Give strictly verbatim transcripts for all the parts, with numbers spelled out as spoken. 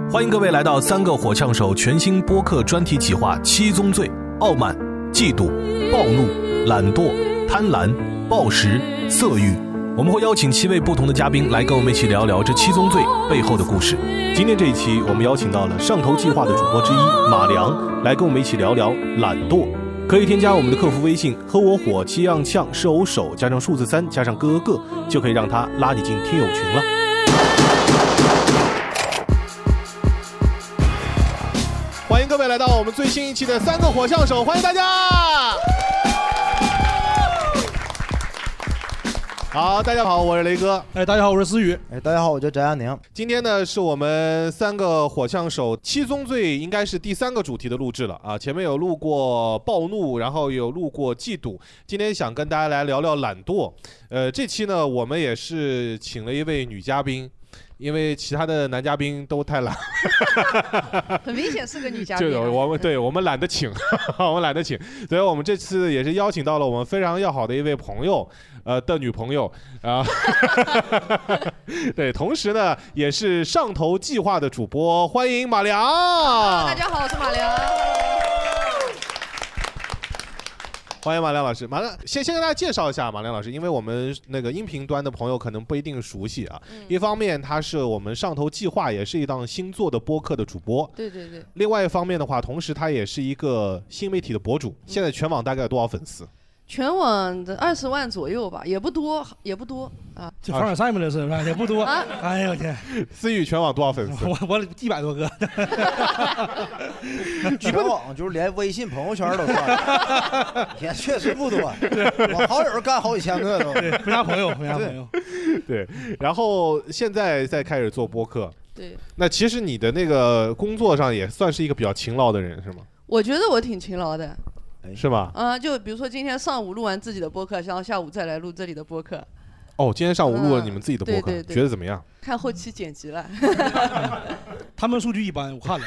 欢迎各位来到三个火枪手全新播客专题企划七宗罪：傲慢、嫉妒、暴怒、懒惰、贪婪、暴食、色欲。我们会邀请七位不同的嘉宾来跟我们一起聊聊这七宗罪背后的故事。今天这一期我们邀请到了上头计划的主播之一马良来跟我们一起聊聊懒惰。可以添加我们的客服微信和我火七样呛是偶手加上数字三加上哥哥个，就可以让他拉你进听友群了。欢迎各位来到我们最新一期的三个火枪手，欢迎大家。好，大家好，我是雷哥。 哎，大家好，我是思雨。 哎，大家好，我叫翟亚宁。 今天呢，是我们三个火枪手七宗罪，应该是第三个主题的录制了啊。前面有录过暴怒，然后有录过嫉妒，今天想跟大家来聊聊懒惰。呃，这期呢，我们也是请了一位女嘉宾。因为其他的男嘉宾都太懒， 很明显是个女嘉宾。 就我们对我们懒得请，我们懒得请，所以我们这次也是邀请到了我们非常要好的一位朋友，呃的女朋友啊，对，同时呢也是上头计划的主播，欢迎马良。 大家好，我是马良。 欢迎马良老师，马良先先跟大家介绍一下马良老师，因为我们那个音频端的朋友可能不一定熟悉啊。嗯、一方面他是我们上头计划，也是一档星座的播客的主播。 对对对。 另外一方面的话，同时他也是一个新媒体的博主。现在全网大概有多少粉丝？ 全网的二十万左右吧，也不多，也不多啊。 这凡尔赛吗？这是也不多。啊、哎呦我天！ 思雨全网多少粉丝？ 我我一百多个。 全网就是连微信朋友圈都算，也确实不多。我好友干好几千个都。 对，没啥朋友，没啥朋友。 对，然后现在再开始做播客。 对。 那其实你的那个工作上也算是一个比较勤劳的人，是吗？ 我觉得我挺勤劳的。 是吧？ 啊、呃，就比如说今天上午录完自己的播客，然后下午再来录这里的播客。 哦，今天上午录了你们自己的播客， 嗯、对对对， 觉得怎么样？ 看后期剪辑了。 他们数据一般，我看了。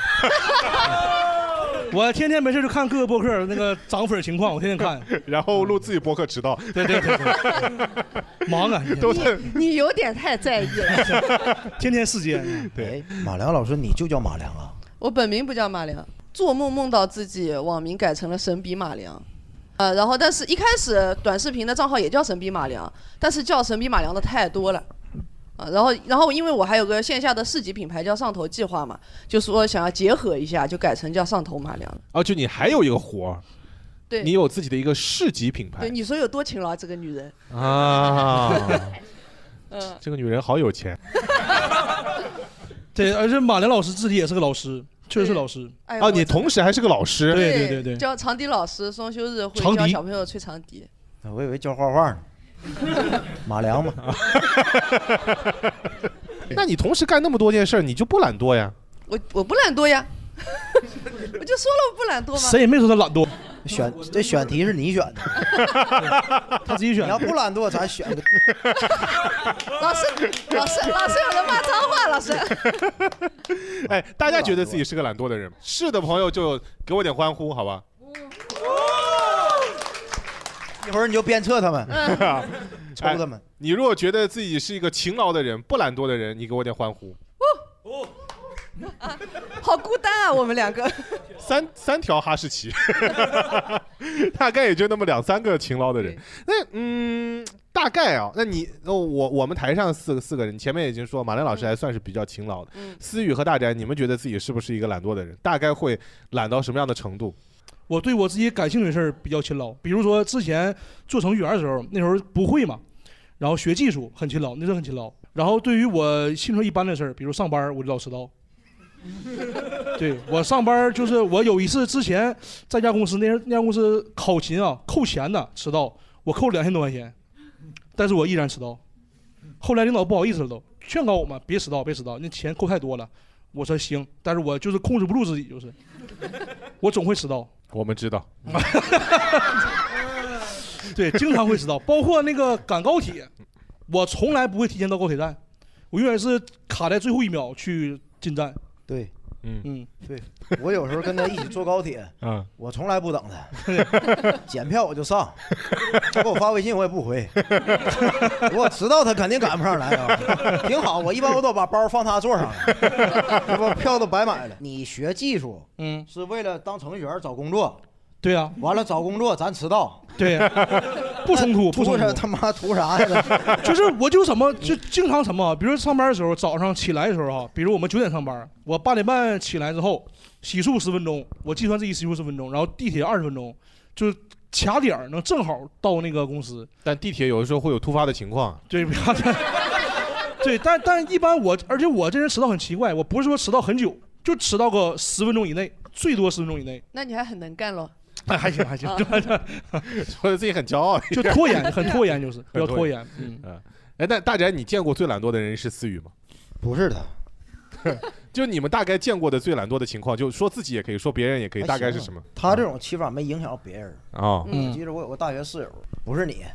我天天没事就看各个播客那个涨粉情况，我天天看。 然后录自己播客迟到。 对对对对。忙啊！ 都在。 你你有点太在意了。 天天世间。 对， 马良老师，你就叫马良啊？ 我本名不叫马良。做梦梦到自己网名改成了神笔马良，呃，然后但是一开始短视频的账号也叫神笔马良，但是叫神笔马良的太多了，啊，然后然后因为我还有个线下的市级品牌叫上头计划嘛，就说想要结合一下，就改成叫上头马良。 哦，就你还有一个活， 对， 你有自己的一个市级品牌。 对，你说有多勤劳这个女人啊， 嗯， 这个女人好有钱。 对，而且马良老师自己也是个老师。确实是老师哎哦，你同时还是个老师， 对对对对， 教长笛老师，双休日会教小朋友吹长笛。 我以为教画画呢，马良嘛。 那你同时干那么多件事，你就不懒惰呀？ 我我不懒惰呀，我就说了我不懒惰吗？ 谁也没说他懒惰。 选这选题是你选的， 他自己选。 你要不懒惰，咱选个。 老师，老师，老师有人骂脏话，老师。 哎，大家觉得自己是个懒惰的人吗？是的朋友就给我点欢呼，好吧？ 一会儿你就鞭策他们，抽他们、 哎。你如果觉得自己是一个勤劳的人、不懒惰的人，你给我点欢呼。 哦。啊，好孤单啊，我们两个。 三三条哈士奇，大概也就那么两三个勤劳的人。那嗯，大概啊，那你我我们台上四个四个人，前面已经说马良老师还算是比较勤劳的。嗯，思雨和大宅，你们觉得自己是不是一个懒惰的人？大概会懒到什么样的程度？ 我对我自己感兴趣的事儿比较勤劳，比如说之前做程序员的时候，那时候不会嘛，然后学技术很勤劳，那时候很勤劳。然后对于我兴趣一般的事儿，比如上班我就老迟到。对，我上班就是我有一次之前在家公司，那那家公司考勤啊扣钱的迟到，我扣了两千多块钱，但是我依然迟到。后来领导不好意思了，都劝告我们别迟到，别迟到，那钱扣太多了。我说行，但是我就是控制不住自己，就是我总会迟到。 我们知道。 对，经常会迟到，包括那个赶高铁，我从来不会提前到高铁站，我永远是卡在最后一秒去进站。 对， 嗯嗯， 对，我有时候跟他一起坐高铁， 嗯， 我从来不等他，检票我就上，他给我发微信我也不回，我知道他肯定赶不上来啊，挺好。我一般我都把包放他座上了，这不票都白买了。你学技术， 嗯， 是为了当程序员找工作。 对呀、啊， 完了找工作咱迟到， 对、啊，不冲突，不冲突， 他妈图啥呀？ 就是我就什么就经常什么，比如上班的时候，早上起来的时候哈，比如我们九点上班，我八点半起来之后，洗漱十分钟，我计算自己洗漱十分钟，然后地铁二十分钟，就是卡点儿能正好到那个公司。 但地铁有的时候会有突发的情况。 对，不要再。对，但但一般我，而且我这人迟到很奇怪，我不是说迟到很久，就迟到个十分钟以内，最多十分钟以内。 那你还很能干喽。 哎，还行还行， 说的自己很骄傲， 就拖延，很拖延，就是比较拖延。嗯， 哎，但大宅，你见过最懒惰的人是思雨吗？ 不是的， 就你们大概见过的最懒惰的情况，就说自己也可以说别人也可以，大概是什么？ 他这种起码没影响到别人啊。 嗯，我记得我有个大学室友，不是你，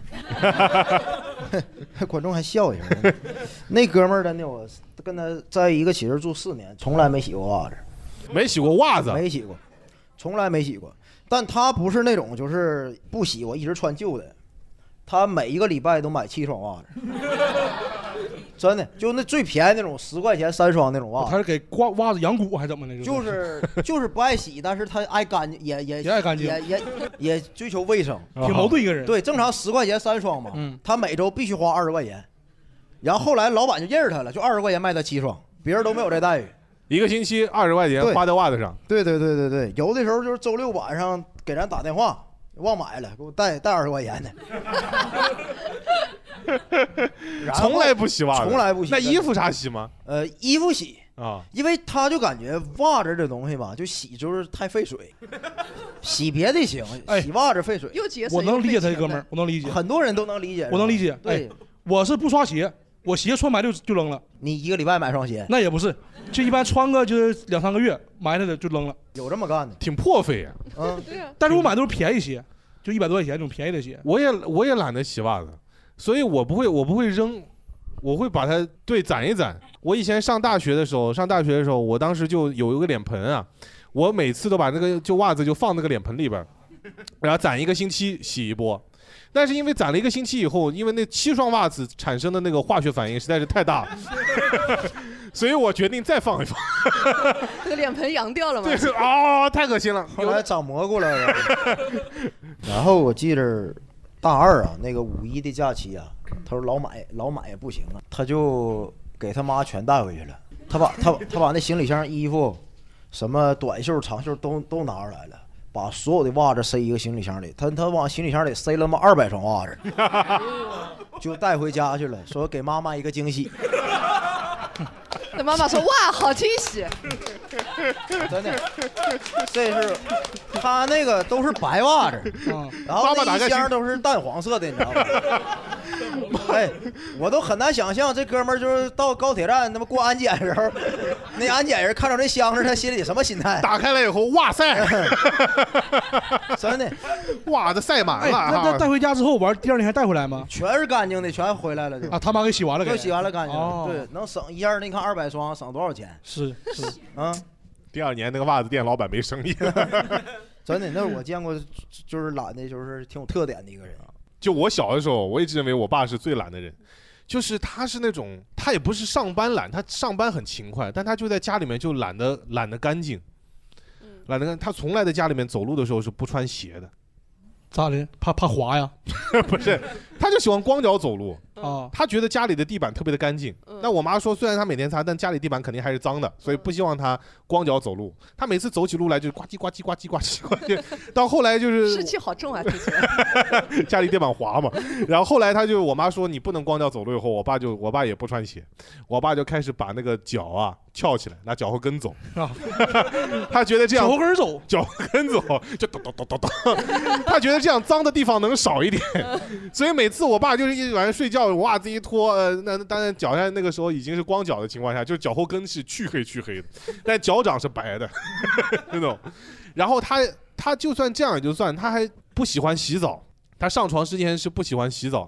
观众还笑一声。那哥们儿真的，我跟他在一个寝室住四年，从来没洗过袜子， 没洗过袜子， 没洗过，从来没洗过。但他不是那种就是不洗我一直穿旧的，他每一个礼拜都买七双袜子，真的就那最便宜那种十块钱三双那种袜子。 他是给挂袜子养蛊还怎么的？ 就是就是不爱洗，但是他爱干净，也也也爱干净， 也也也追求卫生， 挺矛盾一个人。 对，正常十块钱三双嘛， 嗯， 他每周必须花二十块钱，然后后来老板就认识他了，就二十块钱卖他七双，别人都没有这待遇。 一个星期二十块钱花在袜子上。 对对对对对，有的时候就是周六晚上给咱打电话，忘买了，给我带带二十块钱的。 从来不洗袜子， 从来不洗。 那衣服啥洗吗？ 呃，衣服洗啊， 因为他就感觉袜子这东西吧，就洗就是太费水，洗别的行，洗袜子费水。 又节省。 我能理解他这哥们儿，我能理解， 很多人都能理解， 我能理解。 对， 我是不刷鞋。我鞋穿埋就就扔了， 你一个礼拜买双鞋？ 那也不是，就一般穿个就是两三个月，埋汰的就扔了。 有这么干的？ 挺破费呀。 嗯， 对呀。 但是我买都是便宜鞋，就一百多块钱那种便宜的鞋。 我也我也懒得洗袜子，所以我不会我不会扔，我会把它对攒一攒。我以前上大学的时候，上大学的时候，我当时就有一个脸盆啊，我每次都把那个就袜子就放那个脸盆里边，然后攒一个星期洗一波。但是因为攒了一个星期以后，因为那七双袜子产生的那个化学反应实在是太大了，所以我决定再放一放。 这个脸盆扬掉了吗？ 对，啊，太恶心了， 后来长蘑菇了。然后我记着大二啊，那个五一的假期啊，他说老买老买也不行啊，他就给他妈全带回去了。他把他他把那行李箱衣服，什么短袖长袖都都拿出来了。把所有的袜子塞一个行李箱里，他他往行李箱里塞了妈二百双袜子，就带回家去了，说给妈妈一个惊喜。 那妈妈说：“哇，好惊喜！” 真的，这是他那个都是白袜子，嗯、然后那一箱都是淡黄色的，你知道吗？哎，我都很难想象这哥们儿就是到高铁站他妈过安检的时候，那安检人看到这箱子，他心里什么心态？ 打开了以后，哇塞， 真的， 袜子晒满了。 哎、那那带回家之后，完第二天还带回来吗？ 全是干净的，全回来了就。 啊，他妈给洗完了， 给洗完了干净了。 哦、 对，能省一下，你看二百双省多少钱？ 是是啊。 第二年那个袜子店老板没生意了。 真的，那是我见过就是懒的，就是挺有特点的一个人。 就我小的时候，我一直认为我爸是最懒的人，就是他是那种他也不是上班懒，他上班很勤快，但他就在家里面就懒得懒得干净，懒得干。他从来在家里面走路的时候是不穿鞋的。 咋的？怕怕滑呀？ 不是，他就喜欢光脚走路啊。 他觉得家里的地板特别的干净。那我妈说，虽然他每天擦，但家里地板肯定还是脏的，所以不希望他光脚走路。他每次走起路来就是呱唧呱唧呱唧呱唧呱唧，到后来就是湿气好重啊，之前家里地板滑嘛。然后后来他就我妈说你不能光脚走路以后，我爸就我爸也不穿鞋，我爸就开始把那个脚啊翘起来，拿脚后跟走。啊、他觉得这样脚后跟走， 脚后跟走就咚咚咚咚咚，他觉得这样脏的地方能少一点，所以每次我爸就是一晚上睡觉，袜子一脱，呃，那当然脚下那个时候已经是光脚的情况下，就是脚后跟是黢黑黢黑的，但脚掌是白的那种。然后他他就算这样也就算，他还不喜欢洗澡，他上床之前是不喜欢洗澡，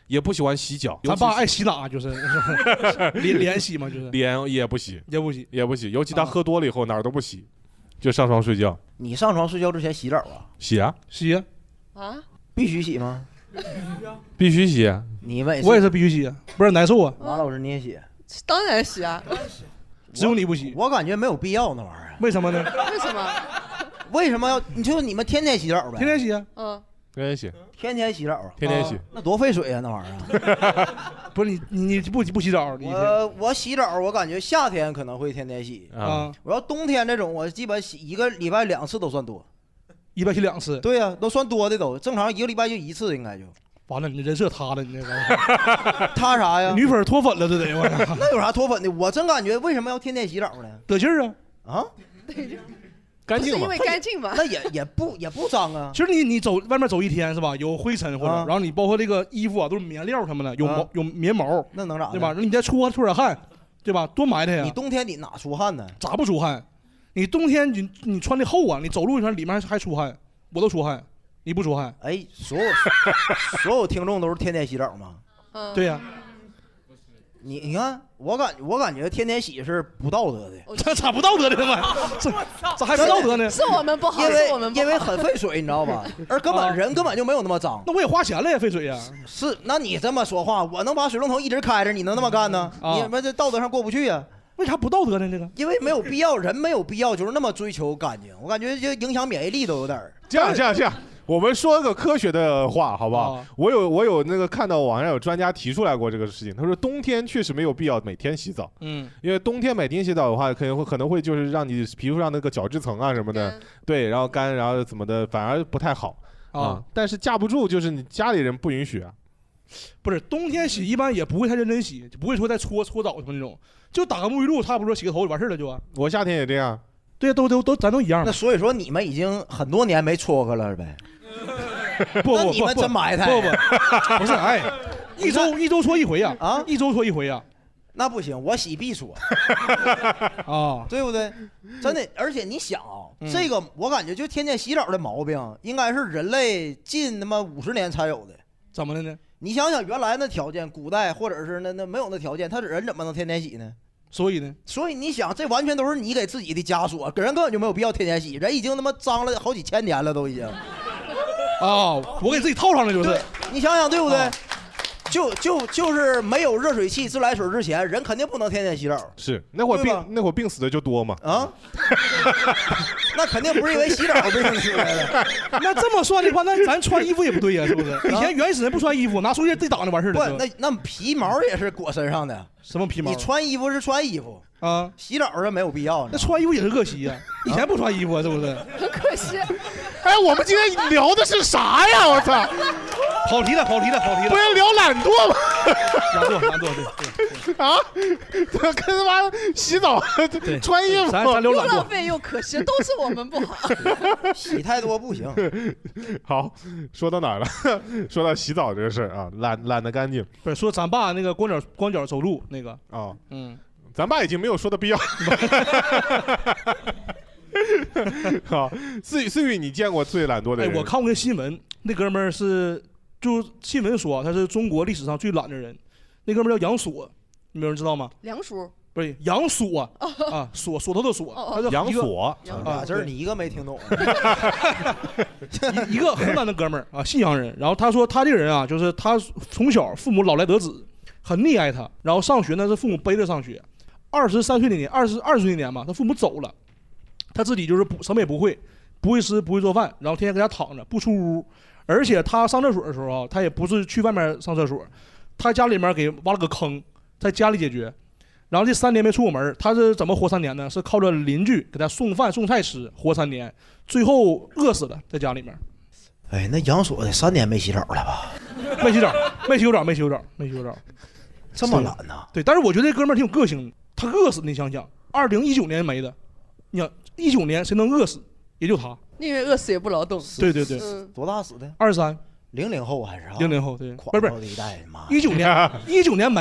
也不喜欢洗脚。 咱爸爱洗哪就是脸脸洗嘛，就是脸也不洗， 也不洗， 也不洗，尤其他喝多了以后哪儿都不洗，就上床睡觉。 你上床睡觉之前洗澡啊？ 洗啊， 洗啊， 啊， 必须洗吗？ 必须洗。 你们我也是必须洗，不然难受啊。 马老师你也洗？ 当然洗啊， 只有你不洗。 我感觉没有必要那玩意儿。 为什么呢？ 为什么？ 为什么要？你就你们天天洗澡呗？ 天天洗啊。 嗯。 天天洗。 天天洗澡啊？ 天天洗。 那多费水啊，那玩意儿。 不是你你你不不洗澡？你我我洗澡，我感觉夏天可能会天天洗啊。 我要冬天这种，我基本洗一个礼拜两次都算多。 一拜洗两次？ 对呀、啊，都算多的都，正常一个礼拜就一次，应该就。 完了，你人设塌了，你这个。 塌啥呀？ 女粉脱粉了，这得我。 那有啥脱粉的？我真感觉为什么要天天洗澡呢？ 得劲儿啊！ 啊？ 干净嘛？ 是因为干净嘛？ 那也也不也不脏啊。 其实你你走外面走一天是吧？有灰尘或者， 啊、 然后你包括这个衣服啊都是棉料什么的，有毛、啊、有棉毛， 那能咋？ 对吧？你再出出点汗，对吧？多埋汰呀！ 你冬天你哪出汗呢？ 咋不出汗？你冬天你你穿的厚啊，你走路上里面还出汗，我都出汗，你不出汗？ 哎，所有所有听众都是天天洗澡吗？ 嗯， 对呀、啊。 你你看，我感我感觉天天洗是不道德的， 这咋不道德的嘛？这咋还不道德呢？ 是我们不好， 因为是我们不好因为很费水，你知道吧？而根本人根本就没有那么脏。 那我也花钱了呀，费水呀。 是，那你这么说话，我能把水龙头一直开着，你能那么干呢？ 啊、 你们这道德上过不去呀？ 为啥不道德呢？这个？ 因为没有必要，人没有必要就是那么追求干净，我感觉就影响免疫力都有点儿。 这样这样这样。我们说个科学的话，好不好？啊、我有我有那个看到网上有专家提出来过这个事情，他说冬天确实没有必要每天洗澡， 嗯， 因为冬天每天洗澡的话，可能会可能会就是让你皮肤上那个角质层啊什么的，嗯、对，然后干，然后怎么的，反而不太好啊、嗯。但是架不住就是你家里人不允许啊。 不是冬天洗一般也不会太认真洗，不会说再搓搓澡什么那种，就打个沐浴露，差不多洗个头就完事了就啊。 我夏天也这样。 对，都都都咱都一样。 那所以说你们已经很多年没搓过了呗？ 不不你们真埋汰！ 不不不是，哎，一周一周搓一回呀！ 啊， 一周搓一回呀！ 那不行，我洗必搓啊， 对不对？真的，而且你想啊， 嗯、 这个我感觉就天天洗澡的毛病，应该是人类近他妈五十年才有的。 怎么的呢？ 你想想原来那条件，古代或者是那那没有那条件，他人怎么能天天洗呢？ 所以呢？ 所以你想，这完全都是你给自己的枷锁，人根本就没有必要天天洗，人已经他妈脏了好几千年了，都已经。 啊、哦，我给自己套上了就是。 你想想对不对？哦、就就就是没有热水器、自来水之前，人肯定不能天天洗澡。 是那会儿病那会儿病死的就多嘛。 啊，那肯定不是因为洗澡病死的。 那这么算的话，那咱穿衣服也不对呀，是不是？以前原始人不穿衣服，拿树叶自己挡着完事了。 不，那那皮毛也是裹身上的。 什么皮毛？ 你穿衣服是穿衣服啊， 洗澡是没有必要。 那穿衣服也是可惜呀、啊，以前不穿衣服、啊、是不是？ 很可惜。 哎，我们今天聊的是啥呀？我操！ 跑题了，跑题了，跑题了！ 不是聊懒惰吗？ 懒惰，懒惰，对对。 啊，跟他妈洗澡、穿衣服， 咱咱聊懒惰， 又浪费又可惜，都是我们不好。 洗太多不行。 好，说到哪儿了？说到洗澡这个事儿啊，懒懒得干净。 不是说咱爸那个光脚光脚走路那个啊、 哦， 嗯， 咱爸已经没有说的必要。好，思雨，思雨，你见过最懒惰的人？ 哎，我看过个新闻，那哥们儿是，就新闻说他是中国历史上最懒的人，那哥们儿叫杨锁，你们有人知道吗？ 梁叔不是杨锁啊，啊锁锁头的锁，他叫杨锁啊，这是你一个没听懂。 一一个河南的哥们儿啊，信阳人，然后他说他这个人啊，就是他从小父母老来得子，很溺爱他，然后上学呢是父母背着上学，二十三岁那年，二十二岁那年嘛，他父母走了。他自己就是不什么也不会，不会吃不会做饭，然后天天搁家躺着不出屋，而且他上厕所的时候啊，他也不是去外面上厕所，他家里面给挖了个坑，在家里解决。然后这三年没出过门，他是怎么活三年呢？是靠着邻居给他送饭送菜吃活三年，最后饿死了在家里面。 哎，那杨锁得三年没洗澡了吧？ 没洗澡，没洗过澡，没洗过澡，没洗过澡， 这么懒呢、啊？ 对，但是我觉得这哥们儿挺有个性的，他饿死你想想，二零一九年没的，你想。一九年谁能饿死？也就他。 宁愿饿死也不劳动。 对对对。 嗯、 多大死的？ 二十三。 零零后还是啊？ 零零后对。不是不是一代妈。 一九年，一九年没的，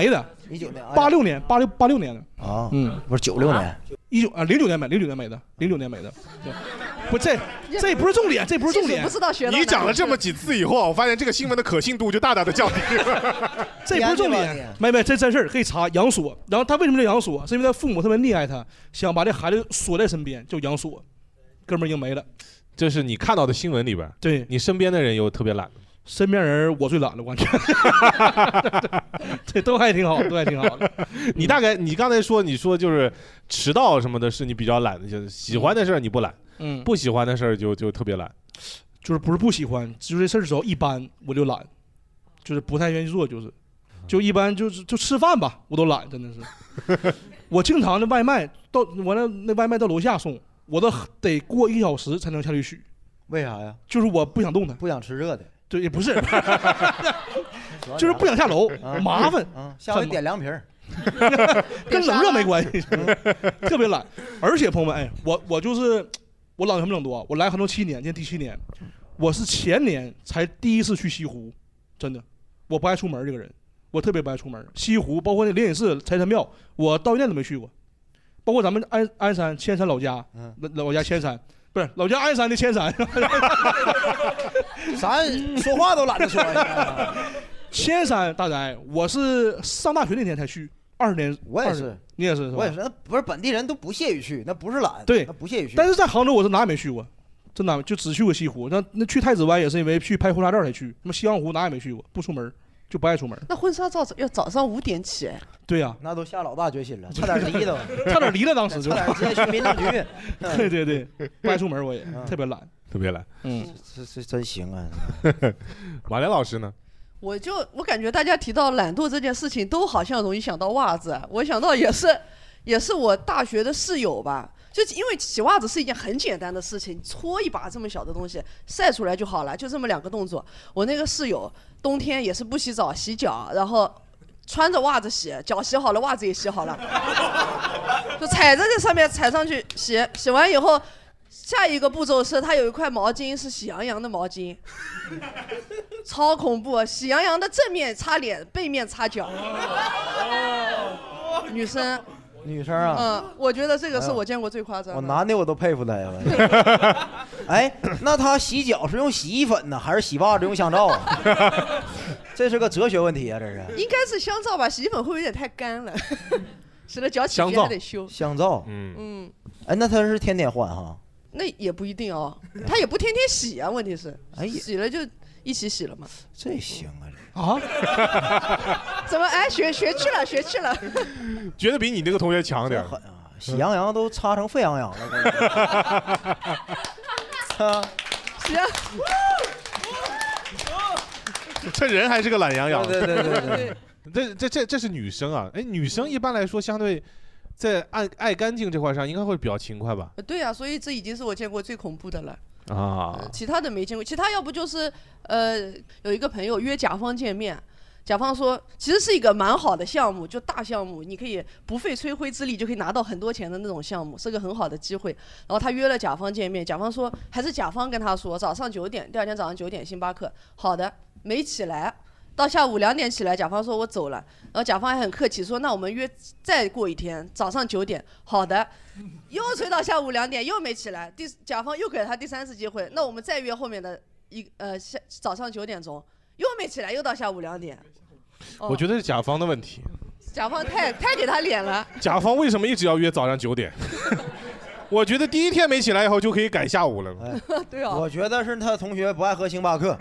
一九年， 八六年，八六八六年的啊， 嗯， 不是九六年， 一九啊零九年买，零九年买的，零九年买的，对，不这这不是重点，这不是重点， 不知道学到哪里你讲了这么几次以后，我发现这个新闻的可信度就大大的降低了。 这不是重点，没没这真事儿可以查养锁。然后他为什么叫养锁？是因为他父母特别溺爱他，想把这孩子锁在身边，叫养锁。哥们儿已经没了。 这是你看到的新闻里边。 对， 你身边的人有特别懒的。 身边人我最懒了，完全。这都还挺好，都还挺好的。 你大概你刚才说，你说就是迟到什么的是你比较懒的，就是喜欢的事儿你不懒， 嗯， 不喜欢的事儿就就特别懒。 就是不是不喜欢，就是这事儿只要一般我就懒，就是不太愿意做，就是就一般就是就吃饭吧，我都懒，真的是。我经常的外卖到我那那外卖到楼下送，我都得过一个小时才能下去取。 为啥呀？ 就是我不想动弹， 不想吃热的。 对，也不是，就是不想下楼， 啊、 麻烦。 啊、下回点凉皮儿， 跟冷热没关系，特别懒。而且朋友们，哎，我我就是我懒什么冷多？我来杭州七年，今年第七年，我是前年才第一次去西湖，真的，我不爱出门这个人，我特别不爱出门。西湖包括那灵隐寺、财神庙，我到现在都没去过。包括咱们鞍鞍山千山老家，嗯，老家千山。不是老家鞍山的千山， 咱说话都懒得说呀。 千山大宅，我是上大学那天才去，二十年。 我也是， 你也是， 我也是。那不是本地人都不屑于去，那不是懒， 对， 那不屑于去。 但是在杭州，我是哪也没去过，真哪就只去过西湖。那那去太子湾也是因为去拍婚纱照才去，什么西洋湖哪也没去过，不出门。就不爱出门。 那婚纱照要早上五点起哎。 对呀、啊， 那都下老大决心了，差点离了， 差点离了，当时就差点直接去民政局。 对对对，不爱出门，我也、嗯、特别懒， 特别懒。 嗯， 这这真行啊。 马良老师呢？ 我就我感觉大家提到懒惰这件事情，都好像容易想到袜子。我想到也是，也是我大学的室友吧。就因为洗袜子是一件很简单的事情，搓一把这么小的东西晒出来就好了，就这么两个动作。我那个室友冬天也是不洗澡洗脚，然后穿着袜子洗，脚洗好了，袜子也洗好了，就踩在这上面踩上去洗，洗完以后，下一个步骤是他有一块毛巾是喜羊羊的毛巾，超恐怖，喜羊羊的正面擦脸，背面擦脚，女生。 女生啊， 嗯，我觉得这个是我见过最夸张的。 我男的我都佩服他呀。哎，那他洗脚是用洗衣粉呢，还是洗袜子用香皂啊？这是个哲学问题啊，这是。 应该是香皂吧，洗衣粉会不会有点太干了？使得脚起皮还得修。 香皂， 嗯嗯。 哎，那他是天天换哈？ 那也不一定哦，他也不天天洗啊，问题是， 哎， 洗了就一起洗了嘛。 这行啊。 啊？ 怎么？哎，学学去了，学去了。 觉得比你那个同学强点。 狠啊！喜羊羊都擦成沸羊羊了。 啊，行。 这人还是个懒羊羊。 对对对对。 这这这这是女生啊？哎，女生一般来说相对在爱爱干净这块上应该会比较勤快吧？ 对呀、啊，所以这已经是我见过最恐怖的了。 啊、 呃，其他的没见过，其他要不就是呃，有一个朋友约甲方见面，甲方说其实是一个蛮好的项目，就大项目，你可以不费吹灰之力就可以拿到很多钱的那种项目，是个很好的机会。然后他约了甲方见面，甲方说还是甲方跟他说早上九点，第二天早上九点星巴克，好的，没起来。到下午两点起来，甲方说我走了，然后甲方还很客气说那我们约再过一天早上九点，好的，又催到下午两点又没起来，第甲方又给了他第三次机会，那我们再约后面的一呃下早上九点钟又没起来，又到下午两点。 哦、我觉得是甲方的问题， 甲方太太给他脸了。 甲方为什么一直要约早上九点？我觉得第一天没起来以后就可以改下午了。 哎、 对啊， 我觉得是他同学不爱喝星巴克。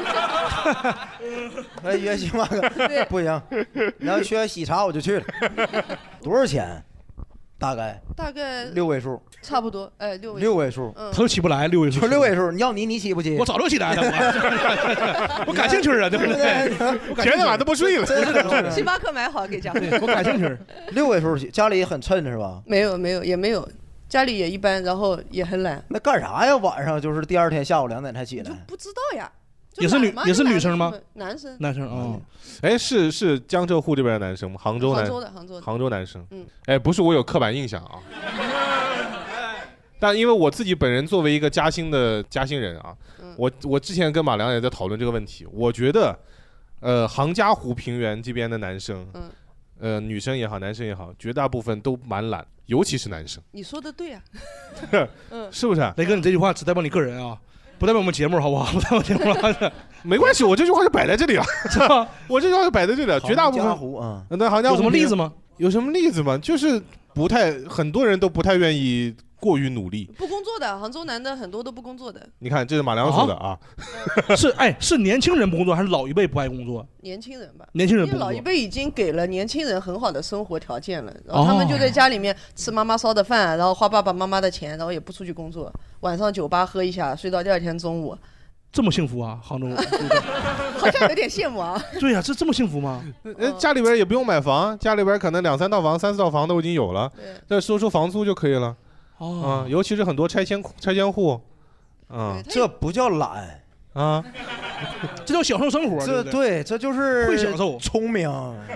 哎，约星巴克不行，你要需要喜茶我就去了。多少钱？大概？ 大概六位数。 差不多，哎，六位数。 六位数， 嗯、他都起不来，六位数。 就六位数，你要你你起不起？ 我早就起来了，我我感兴趣啊，对不对？ 前天晚上都不睡了。 真是星巴克买好给甲方。 我感兴趣。 六位数，家里很衬是吧？ 没有没有也没有。家里也一般，然后也很懒。 那干啥呀？晚上就是第二天下午两点才起来。 不知道呀。 也是女也是女生吗？ 男生。 男生哦。 哎，是是江浙沪这边的男生吗？杭州男。 杭州的杭州的。 杭州男生。 嗯。 哎，不是我有刻板印象啊。但因为我自己本人作为一个嘉兴的嘉兴人啊，嗯、我我之前跟马良也在讨论这个问题。我觉得，呃，杭嘉湖平原这边的男生，嗯， 呃，女生也好，男生也好，绝大部分都蛮懒，尤其是男生。 你说的对啊， 嗯，是不是？ 雷哥，你这句话只代表你个人啊，不代表我们节目，好不好？不代表节目了。 没关系，我这句话就摆在这里了，是吧？我这句话就摆在这里了，绝大部分啊， 那好像有什么例子吗？ 有什么例子吗？就是不太，很多人都不太愿意过于努力。 不工作的，杭州男的很多都不工作的。 你看，这是马良说的啊。 啊是哎，是年轻人不工作，还是老一辈不爱工作？ 年轻人吧， 年轻人不工作。 因为老一辈已经给了年轻人很好的生活条件了，然后他们就在家里面吃妈妈烧的饭，然后花爸爸妈妈的钱，然后也不出去工作，晚上酒吧喝一下，睡到第二天中午。 这么幸福啊，杭州？ 好像有点羡慕啊。 对呀、啊，这这么幸福吗？ 呃，家里边也不用买房，家里边可能两三套房、三四套房都已经有了，再收收房租就可以了。 哦， 啊，尤其是很多拆迁拆迁户，啊， 这不叫懒啊， 这叫享受生活。 这对，这就是会享受， 聪明。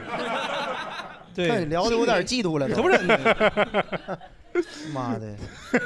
对， 聊的有点嫉妒了， 可不是？ 妈的！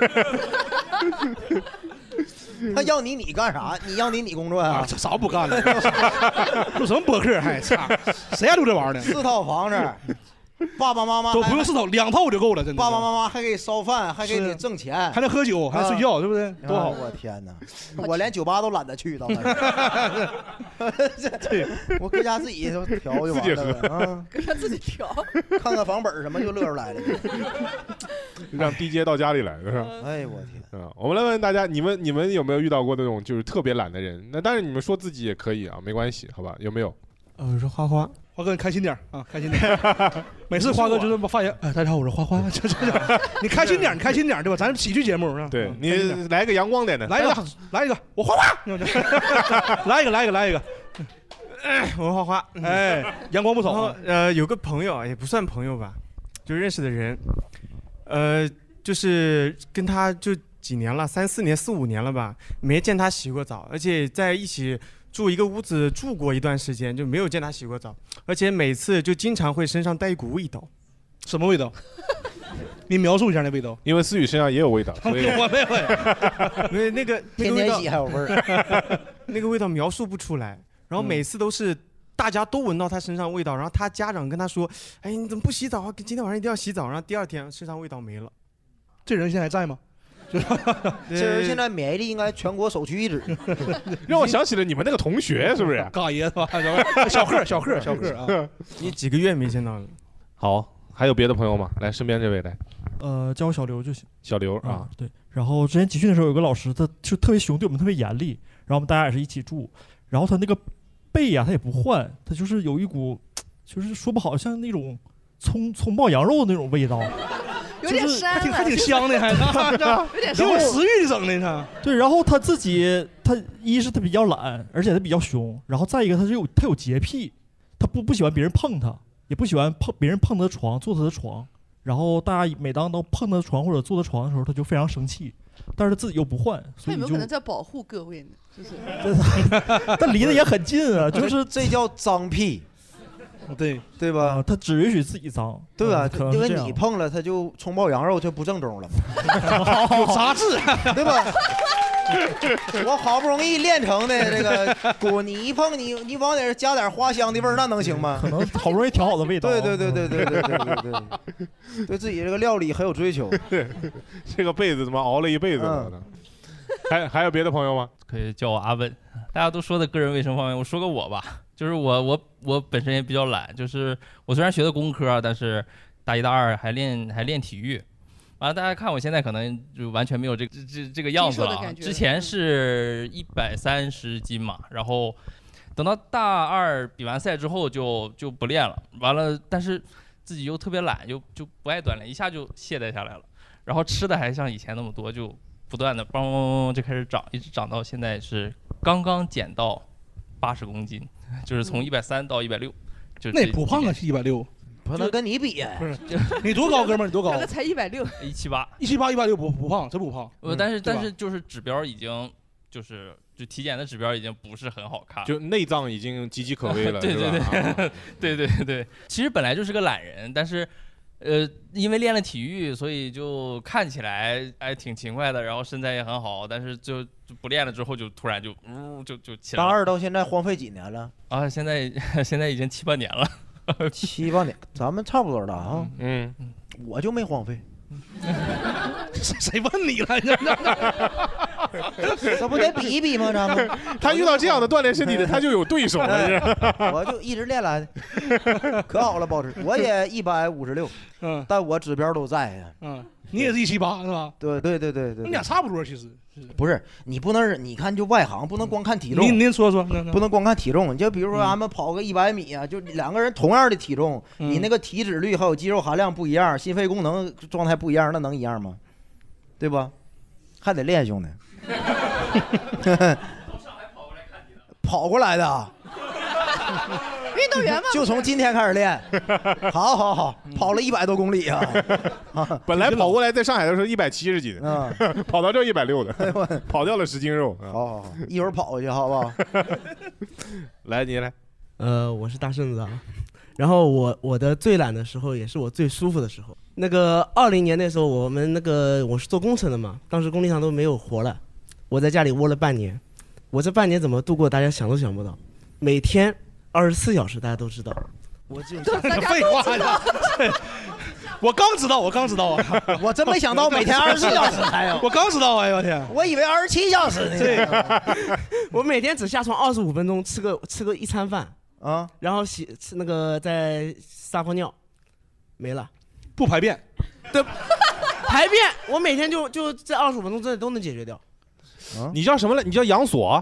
他要你你干啥？你要你你工作啊？ 这啥不干了？录什么博客？还操，谁还录这玩意儿呢？ 四套房子，爸爸妈妈都不用四套，两套就够了，真的。 爸爸妈妈还给你烧饭，还给你挣钱， 还能喝酒，还能睡觉，对不对？多好！ 我天哪，我连酒吧都懒得去，到那儿。对，我搁家自己就调就完了啊， 搁家自己调， 看看房本什么就乐出来了。 让 D J 到家里来，是吧？ 哎，我天！ 啊，我们来问大家，你们你们有没有遇到过那种就是特别懒的人？那当然，你们说自己也可以啊，没关系，好吧？有没有？ 呃，我是花花， 花哥，你开心点啊，开心点。每次花哥就是发言，哎，大家好，我是花花，这这这，你开心点，你开心点，对吧？咱喜剧节目是吧？ 对你来个阳光点的， 来一个，来一个，我花花，来一个，来一个，来一个。 我是花花， 哎，阳光不少。 呃，有个朋友也不算朋友吧，就认识的人，呃，就是跟他就几年了，三四年、四五年了吧，没见他洗过澡，而且在一起住一个屋子住过一段时间，就没有见他洗过澡，而且每次就经常会身上带一股味道。 什么味道？你描述一下那味道。 因为思雨身上也有味道，所以我没有， 因为那个天天洗还有味儿， 那个味道描述不出来。然后每次都是大家都闻到他身上味道，然后他家长跟他说：“哎，你怎么不洗澡啊？今天晚上一定要洗澡。”然后第二天身上味道没了。 这人现在还在吗？ 这人现在免疫力应该全国首屈一指。 让我想起了你们那个同学，是不是？ 嘎爷是吧？小贺，小贺，小贺啊！ 你几个月没见到了。 好，还有别的朋友吗？来，身边这位来。 呃，叫我小刘就行。 小刘啊、 嗯，对。然后之前集训的时候，有个老师，他就特别凶，对我们特别严厉。然后我们大家也是一起住，然后他那个被呀、啊，他也不换，他就是有一股，就是说不好，像那种葱葱爆羊肉的那种味道。 有点膻， 还挺还挺香的，还有点挺有食欲的整的呢。 对，然后他自己，他一是他比较懒，而且他比较凶，然后再一个他是有他有洁癖，他不不喜欢别人碰他，也不喜欢碰别人碰他的床，坐他的床。然后大家每当都碰他的床或者坐他床的时候，他就非常生气，但是他自己又不换，所以就他有没有可能在保护各位呢？就是， 但离得也很近啊，就是这叫脏癖。 对对吧、 呃？他只允许自己脏， 对吧？ 嗯、 因为你碰了，他就葱爆羊肉就不正宗了， 有杂质， 对吧？我好不容易练成的这个锅，你一碰你你往里加点花香的味儿，那能行吗？ 可能好不容易调好的味道。 对对对对对对对对对，对自己这个料理很有追求。 这个被子怎么熬了一辈子了呢？还还有别的朋友吗？ 可以叫我阿问。大家都说的个人卫生方面，我说个我吧。就是我我我本身也比较懒，就是我虽然学的工科，但是大一大二还练还练体育，完了大家看我现在可能就完全没有这这这这个样子了。之前是一百三十斤嘛，然后等到大二比完赛之后就就不练了，完了但是自己又特别懒，又就不爱锻炼，一下就懈怠下来了。然后吃的还像以前那么多，就不断的嘣嘣嘣就开始长，一直长到现在是刚刚减到八十公斤。就是从一百三到一百六，就那不胖啊，一百六， 不能跟你比。 不是，你多高，哥们儿？你多高？ 那个才一百六， 一七八， 一七八，一百六不不胖，真不胖。 呃，但是但是就是指标已经就是就体检的指标已经不是很好看， 就内脏已经岌岌可危了， 对对对，对对对。其实本来就是个懒人，但是。呃，因为练了体育，所以就看起来哎挺勤快的，然后身材也很好，但是就就不练了之后，就突然就呜、呃、就就起来了。 大二到现在荒废几年了？ 啊，现在现在已经七八年了。 七八年，咱们差不多大啊。 嗯， 我就没荒废。 谁问你了？ 这不得比一比吗？咱们他遇到这样的锻炼身体的，他就有对手了。 我就一直练来的，可好了，保持。我也一百五十六，嗯，但我指标都在呀。 嗯，你也是一七八是吧？ 对对对对对， 你俩差不多其实。 不是，你不能是，你看就外行，不能光看体重。 您您说说， 不能光看体重。你就比如说咱们跑个一百米啊，就两个人同样的体重，你那个体脂率还有肌肉含量不一样，心肺功能状态不一样，那能一样吗？对吧？还得练，兄弟。跑过来的。 运动员嘛， 就从今天开始练。好好好，跑了一百多公里啊！ 本来跑过来在上海的时候一百七十斤， 啊， 跑到这一百六的，跑掉了十斤肉。 好好好，一会儿跑回去好不好？ 来，你来。 呃，我是大顺子啊。然后我我的最懒的时候，也是我最舒服的时候。那个二零年那时候，我们那个我是做工程的嘛，当时工地上都没有活了，我在家里窝了半年。我这半年怎么度过，大家想都想不到，每天二十四小时，大家都知道。我这种废话呀！我刚知道，我刚知道啊！ 我真没想到每天二十四小时还有， 我刚知道哎，我天！ 我以为二十七小时呢。 对，我每天只下床二十五分钟，吃个吃个一餐饭啊， 然后洗吃那个再撒泡尿，没了。 不排便？ 对，排便我每天就就这二十五分钟之内都能解决掉。 啊、你叫什么来？你叫杨锁？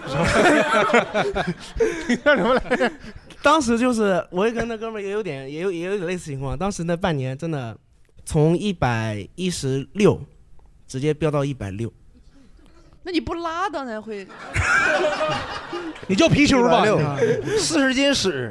你叫什么来？ 当时就是我也跟那哥们儿也有点也有也有点类似情况。当时那半年真的从一百一十六直接飙到一百六。 那你不拉当然会。 你叫皮球吧， 四十斤屎。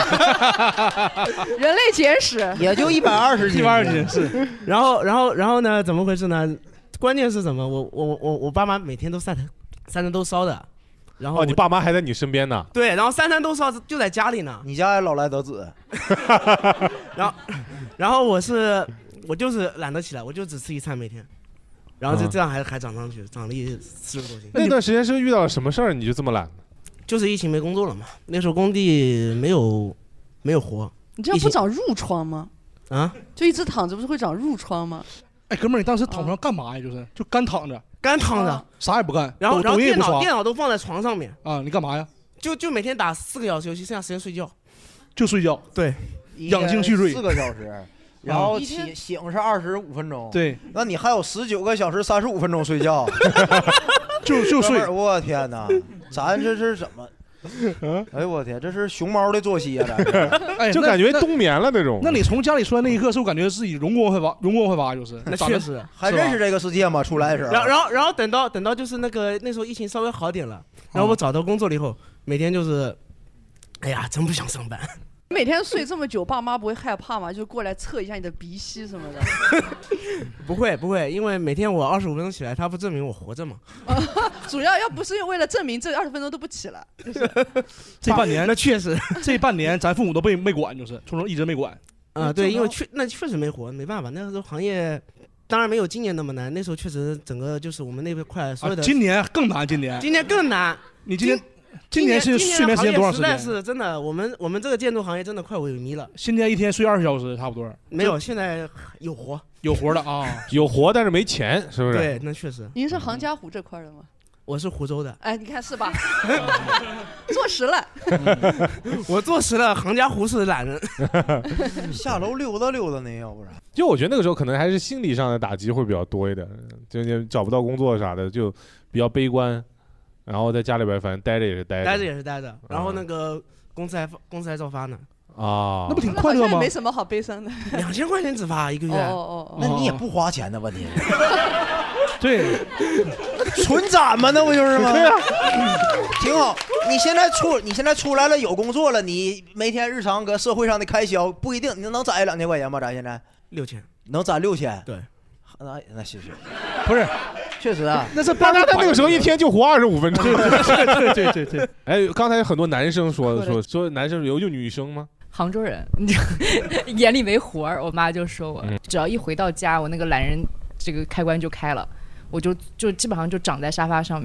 人类简史也就一百二十斤， 一百二十斤是。 然后然后然后呢？怎么回事呢？关键是什么？我我我我爸妈每天都三餐三餐都烧的。然后、 哦、你爸妈还在你身边呢。 对，然后三餐都烧就在家里呢。 你家也老来得子。 然后，然后我是我就是懒得起来，我就只吃一餐每天，然后就这样还、嗯、还长上去，长了一四十多斤。 那段时间是遇到了什么事儿，你就这么懒？ 就是疫情没工作了嘛，那时候工地没有没有活。 你这样不长褥疮吗？ 啊？ 就一直躺着不是会长褥疮吗？ 哎，哥们儿，你当时躺床上干嘛呀？就是就干躺着， 干躺着， 啥也不干， 然后然后电脑电脑都放在床上面啊，你干嘛呀？ 就就每天打四个小时游戏，剩下时间睡觉， 就睡觉。 对， 养精蓄锐， 四个小时，然后起醒是二十五分钟。 对， 那你还有十九个小时三十五分钟睡觉， 就就睡。 我天哪，咱这是怎么？哎呦我天，这是熊猫的作息啊！ 哎， 就感觉冬眠了那种。 那你从家里出来那一刻，是不是感觉自己容光焕发？容光焕发就是。 那确实， 还认识这个世界吗？出来的时候。 然后然后然后等到等到就是那个那时候疫情稍微好点了，然后我找到工作了以后，每天就是，哎呀，真不想上班。 每天睡这么久，爸妈不会害怕吗？就过来测一下你的鼻息什么的。 不会不会，因为每天我二十五分钟起来，它不证明我活着吗？ 主要要不是为了证明这二十分钟都不起来。 这半年那确实， 这半年咱父母都被没管，就是从头一直没管。 啊，对，因为确那确实没活，没办法，那时候行业当然没有今年那么难，那时候确实整个就是我们那块所有的。 啊、今年更难，今年。 今年更难。 你今年。今年是睡眠时间多长时间？ 实在是真的，我们我们这个建筑行业真的快萎靡了。 现在一天睡二十小时差不多。 没有，现在有活， 有活的啊， 有活但是没钱，是不是？ 对，那确实。 您是杭嘉湖这块的吗？ 我是湖州的。 哎，你看是吧？坐实了。 我坐实了，杭嘉湖是懒人。 下楼溜达溜达呢，要不然。 就我觉得那个时候可能还是心理上的打击会比较多一点，就就找不到工作啥的，就比较悲观。然后在家里边反正待着也是待着， 待着也是待着，然后那个工资还工资还照发呢。 啊， 那不挺快乐吗？ 没什么好悲伤的。 两千块钱只发一个月， 哦哦那你也不花钱的问题。 对， 纯攒嘛，那不就是吗？ 对啊， 挺好。你现在出，你现在出来了，有工作了，你每天日常搁社会上的开销不一定，你能攒两千块钱吗？咱现在六千， 能攒六千。 对， 那那是是， 不是。 确实啊， 那是大家在那个时候一天就活二十五分钟。 对对对对。 哎，刚才很多男生说说说男生有就女生吗？ 杭州人，眼里没活儿，我妈就说我，只要一回到家，我那个懒人这个开关就开了，我就就基本上就长在沙发上面。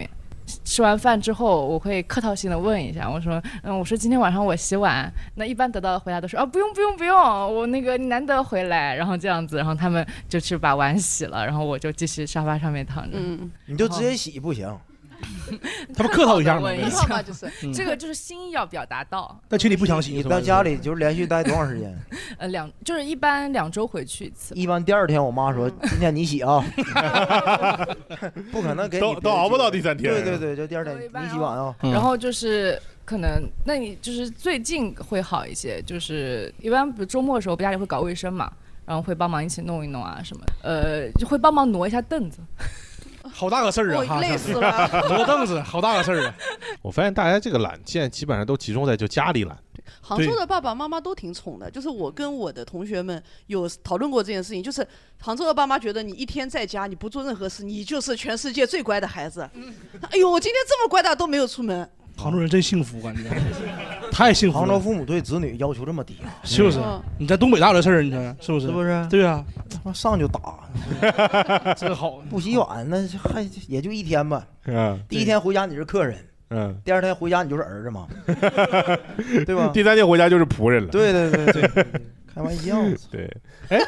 吃完饭之后，我会客套性的问一下，我说，嗯，我说今天晚上我洗碗，那一般得到的回答都是啊，不用不用不用，我那个你难得回来，然后这样子，然后他们就去把碗洗了，然后我就继续沙发上面躺着。 嗯， 你就直接洗不行。 他不客套一下吗？ 问一客套嘛下， 就是这个就是心意要表达到。 但其实你不想洗， 你到家里就是连续待多长时间？ 呃，两就是一般两周回去一次。 一般第二天我妈说今天你洗啊，不可能给你都都熬不到第三天。 对对对，就第二天你洗碗啊。 然后就是可能，那你就是最近会好一些，就是一般比如周末的时候，家里会搞卫生嘛，然后会帮忙一起弄一弄啊什么的，呃，就会帮忙挪一下凳子。 好大个事儿啊！ 我累死了， 挪凳子，好大个事儿啊！ 我发现大家这个懒，现在基本上都集中在就家里懒。 杭州的爸爸妈妈都挺宠的，就是我跟我的同学们有讨论过这件事情，就是杭州的爸妈觉得你一天在家你不做任何事，你就是全世界最乖的孩子。哎呦，我今天这么乖的都没有出门。 杭州人真幸福，感觉太幸福了。 杭州父母对子女要求这么低啊？ 就是，你在东北大的事儿，你说是不是？ 是不是？ 对啊， 他妈上就打， 真好。 不洗碗那还也就一天吧。 嗯。 第一天回家你是客人， 嗯。 第二天回家你就是儿子嘛，对吧？ 第三天回家就是仆人了。 对对对对，开玩笑。 对。哎。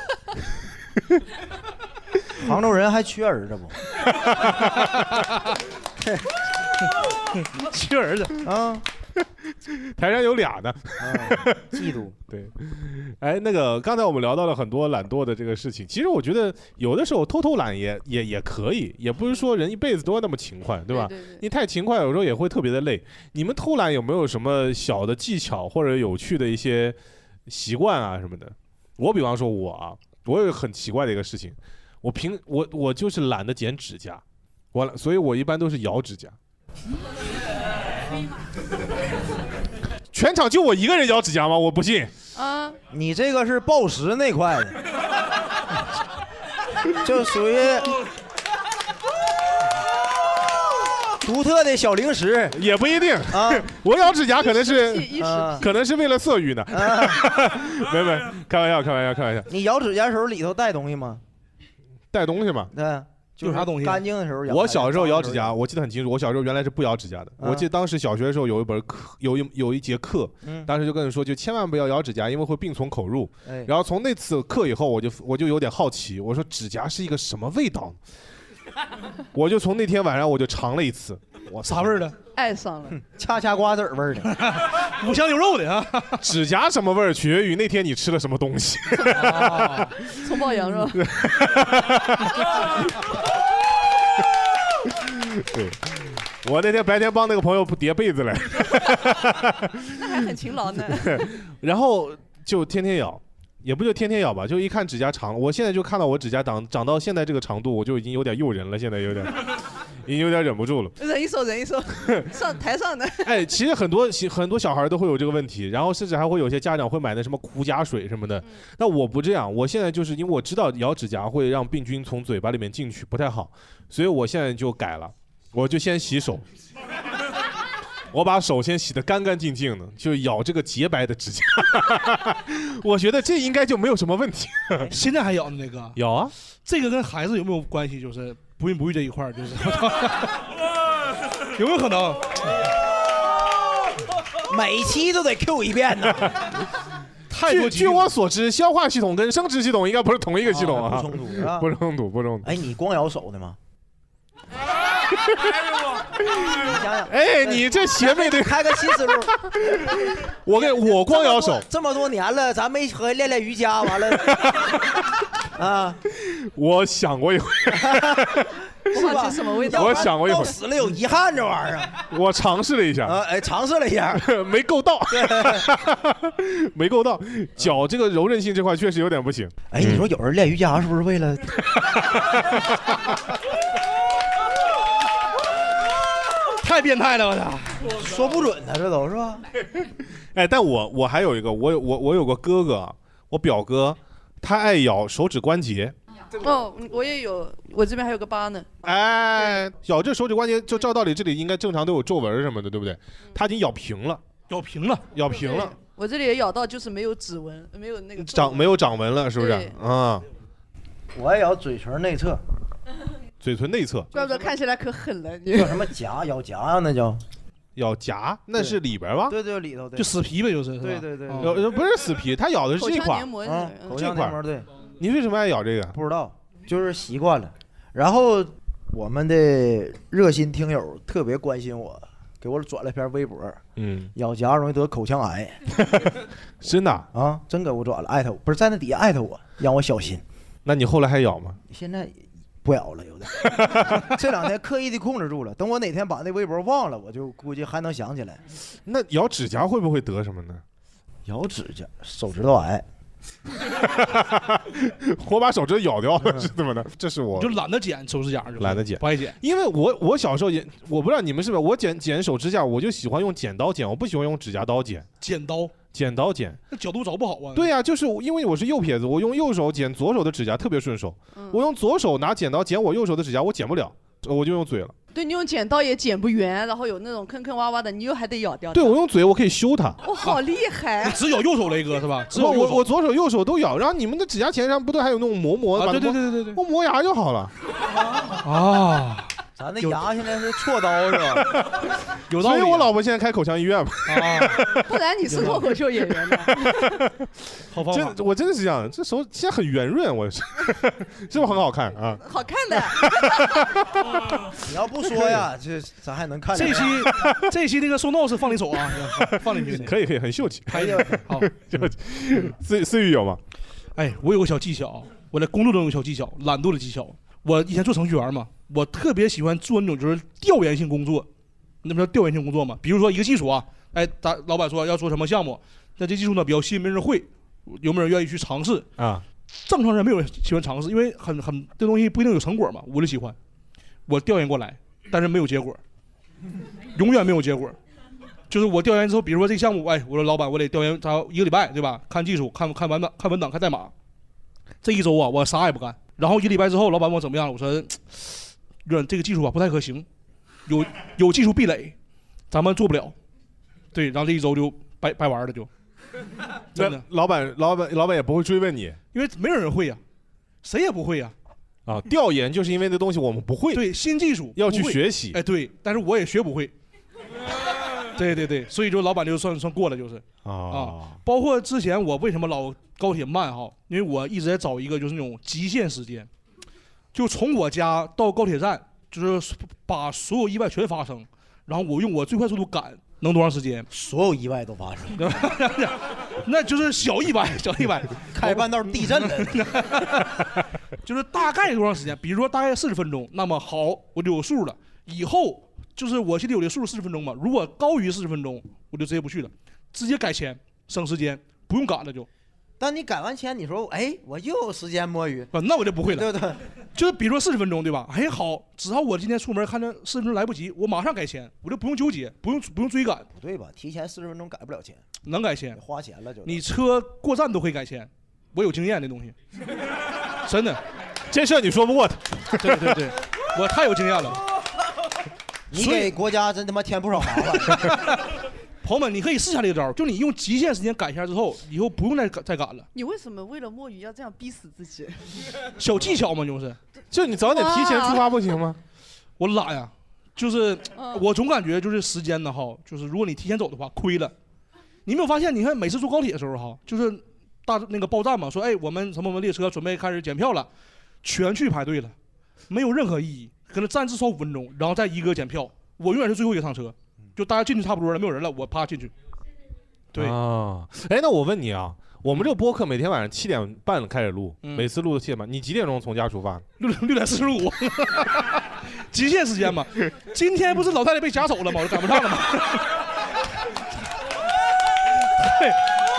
杭州人还缺儿子不？ 缺儿子啊， 台上有俩呢， 嫉妒。 对，哎，那个刚才我们聊到了很多懒惰的这个事情，其实我觉得有的时候偷偷懒也也也可以，也不是说人一辈子都要那么勤快，对吧？ 对对对， 你太勤快，有时候也会特别的累。你们偷懒有没有什么小的技巧或者有趣的一些习惯啊什么的？我比方说我啊，我有很奇怪的一个事情，我平我我就是懒得剪指甲，我所以我一般都是咬指甲。全场就我一个人咬指甲吗？我不信。 啊， 你这个是暴食那块的，就属于独特的小零食， 也不一定啊。 我咬指甲可能是， 啊、 可能是为了色欲呢。啊、没没，开玩笑，开玩笑，开玩笑。 你咬指甲的时候里头带东西吗？ 带东西吗？ 对。 有啥东西？ 干净的时候咬。 我小时候咬指甲，我记得很清楚。我小时候原来是不咬指甲的。 嗯、 我记得当时小学的时候有一本课，有一有一节课， 嗯、 当时就跟人说，就千万不要咬指甲，因为会病从口入。 哎、 然后从那次课以后，我就我就有点好奇，我说指甲是一个什么味道？我就从那天晚上我就尝了一次，我啥味儿的？ 爱上了， 恰恰瓜子味儿的， 五香牛肉的啊。 指甲什么味儿取决于那天你吃了什么东西。 葱爆羊肉。 对，我那天白天帮那个朋友叠被子来， 那还很勤劳呢。 然后就天天咬，也不就天天咬吧，就一看指甲长，我现在就看到我指甲长长到现在这个长度，我就已经有点诱人了，现在有点，已经有点忍不住了。 忍一手，忍一手，上台上的。 哎，其实很多很多小孩都会有这个问题，然后甚至还会有些家长会买那什么苦甲水什么的。那、嗯、我不这样，我现在就是因为我知道咬指甲会让病菌从嘴巴里面进去，不太好，所以我现在就改了。我就先洗手，我把手先洗得干干净净的，就咬这个洁白的指甲。我觉得这应该就没有什么问题。 现在还咬呢那个？ 咬啊， 这个跟孩子有没有关系？就是不孕不育这一块，就是有没有可能？ 每期都得 Q 一遍呢。 据据我所知，消化系统跟生殖系统应该不是同一个系统啊， 不冲突是吧？ 不冲突，不冲突。 哎，你光咬手的吗？ 你想想，哎，你这邪魅的， 开个新思路。 我跟我光咬手， 这么多年了，咱没和练练瑜伽，完了啊！ 我想过一回， 不忘记什么味道？ 我想过一会儿， 死了有遗憾这玩意儿。 我尝试了一下， 啊，哎，尝试了一下， 没够到，没够到，脚这个柔韧性这块确实有点不行。 哎，你说有人练瑜伽是不是为了？ 太变态了，我操！ 说不准呢，这都是吧？ 哎，但我我还有一个，我有我我有个哥哥，我表哥，他爱咬手指关节。 哦，我也有，我这边还有个疤呢。 哎，咬这手指关节，就照道理这里应该正常都有皱纹什么的，对不对？他已经咬平了， 咬平了， 咬平了。 我这里也咬到，就是没有指纹，没有那个长没有掌纹了，是不是？啊， 我爱咬嘴唇内侧。 嘴唇内侧。 怪不得看起来可狠了。你叫什么夹咬夹啊？那叫咬夹，那是里边吧？ 对对，里头对， 就死皮呗，就是。 对对对， 咬不是死皮，它咬的是这块。 啊，口腔黏膜对。 你为什么爱咬这个？ 不知道，就是习惯了。然后我们的热心听友特别关心我，给我转了篇微博， 嗯， 咬夹容易得口腔癌， 真的啊，真给我转了，艾特我，不是在那底下艾特我，让我小心。 那你后来还咬吗？ 现在不咬了，有的。这两天刻意的控制住了，等我哪天把那微博忘了，我就估计还能想起来。 那咬指甲会不会得什么呢？ 咬指甲，手指头癌。 我把手指咬掉了是怎么的？这是我就懒得剪手指甲， 懒得剪， 不爱剪。 因为我我小时候也，我不知道你们是不是，我剪剪手指甲，我就喜欢用剪刀剪，我不喜欢用指甲刀剪。 剪刀， 剪刀剪， 那角度找不好啊。 对呀、啊，就是因为我是右撇子，我用右手剪左手的指甲特别顺手。嗯、我用左手拿剪刀剪我右手的指甲，我剪不了，我就用嘴了。 对，你用剪刀也剪不圆，然后有那种坑坑洼洼的，你又还得咬掉。 对，我用嘴我可以修它。 我好厉害、啊！ 只咬右手雷哥是吧？只我我我左手右手都咬，然后你们的指甲钳上不都还有那种磨磨的？ 啊，对对对对对， 我磨牙就好了。 啊。 咱那牙现在是锉刀是吧？ 有道理。 所以我老婆现在开口腔医院嘛。 啊， 不然你是脱口秀演员的。 好方法。 真我真的是这样，这手现在很圆润，我是，是不是很好看啊？ 好看的。 你要不说呀，这咱还能看。 这期这期那个收 notes 放你手啊，放进去。 可以可以，很秀气。 可以。好， 秀气。思思雨有吗？ 哎，我有个小技巧，我在工作中有小技巧，懒惰的技巧。我以前做程序员嘛，我特别喜欢做那种就是调研性工作，那不叫调研性工作嘛？比如说一个技术啊，哎，咱老板说要做什么项目，那这技术呢比较吸引没人会，有没有人愿意去尝试啊？ 正常人没有人喜欢尝试，因为很很这东西不一定有成果嘛。我就喜欢，我调研过来，但是没有结果，永远没有结果。就是我调研之后，比如说这个项目，哎，我说老板，我得调研他一个礼拜，对吧？看技术，看看文档，看文档，看代码。这一周啊，我啥也不干。然后一礼拜之后，老板问我怎么样了？我说，润这个技术啊不太可行，有有技术壁垒，咱们做不了。对，然后这一周就掰掰完了就。真的， 老板老板老板也不会追问你， 因为没有人会呀、啊，谁也不会呀、 啊。啊，调研就是因为这东西我们不会， 对新技术要去学习。 哎，对，但是我也学不会。对对对，所以就老板就算算过了，就是啊、 哦。 包括之前我为什么老高铁慢哈，因为我一直在找一个就是那种极限时间，就从我家到高铁站，就是把所有意外全发生，然后我用我最快速度赶，能多长时间？ 所有意外都发生， 那就是小意外，小意外， 开半道地震了， 就是大概多长时间？比如说大概四十分钟，那么好，我就有数了。以后就是我心里有的数四十分钟嘛，如果高于四十分钟，我就直接不去了，直接改签，省时间，不用赶了就。 但你改完签，你说哎，我又有时间摸鱼， 啊，那我就不会了。 对对， 就是比如说四十分钟，对吧？哎，好，只要我今天出门看着四十分钟来不及，我马上改签，我就不用纠结，不用不用追赶。 不对吧？提前四十分钟改不了签， 能改签， 花钱了就。 你车过站都可以改签，我有经验这东西，真的， 这事你说不过他。 对对对，我太有经验了。 你给国家真他妈添不少麻烦。 朋友们，你可以试下这个招，就你用极限时间赶一下之后，以后不用再再赶了。 你为什么为了摸鱼要这样逼死自己？ 小技巧嘛，就是， 就你早点提前出发不行吗？ 我懒呀，就是我总感觉就是时间呢哈，就是如果你提前走的话亏了。你没有发现？你看每次坐高铁的时候哈，就是大那个报站嘛，说哎我们什么什么列车准备开始检票了，全去排队了，没有任何意义。可能站至少五分钟，然后再一个检票，我永远是最后一个上车，就大家进去差不多了，没有人了，我啪进去。对啊，哎，那我问你啊，我们这个播客每天晚上七点半开始录，嗯、每次录到七点半，你几点钟从家出发？ 六六点四十五，极限时间嘛。今天不是老太太被夹走了吗？我就赶不上了嘛。对，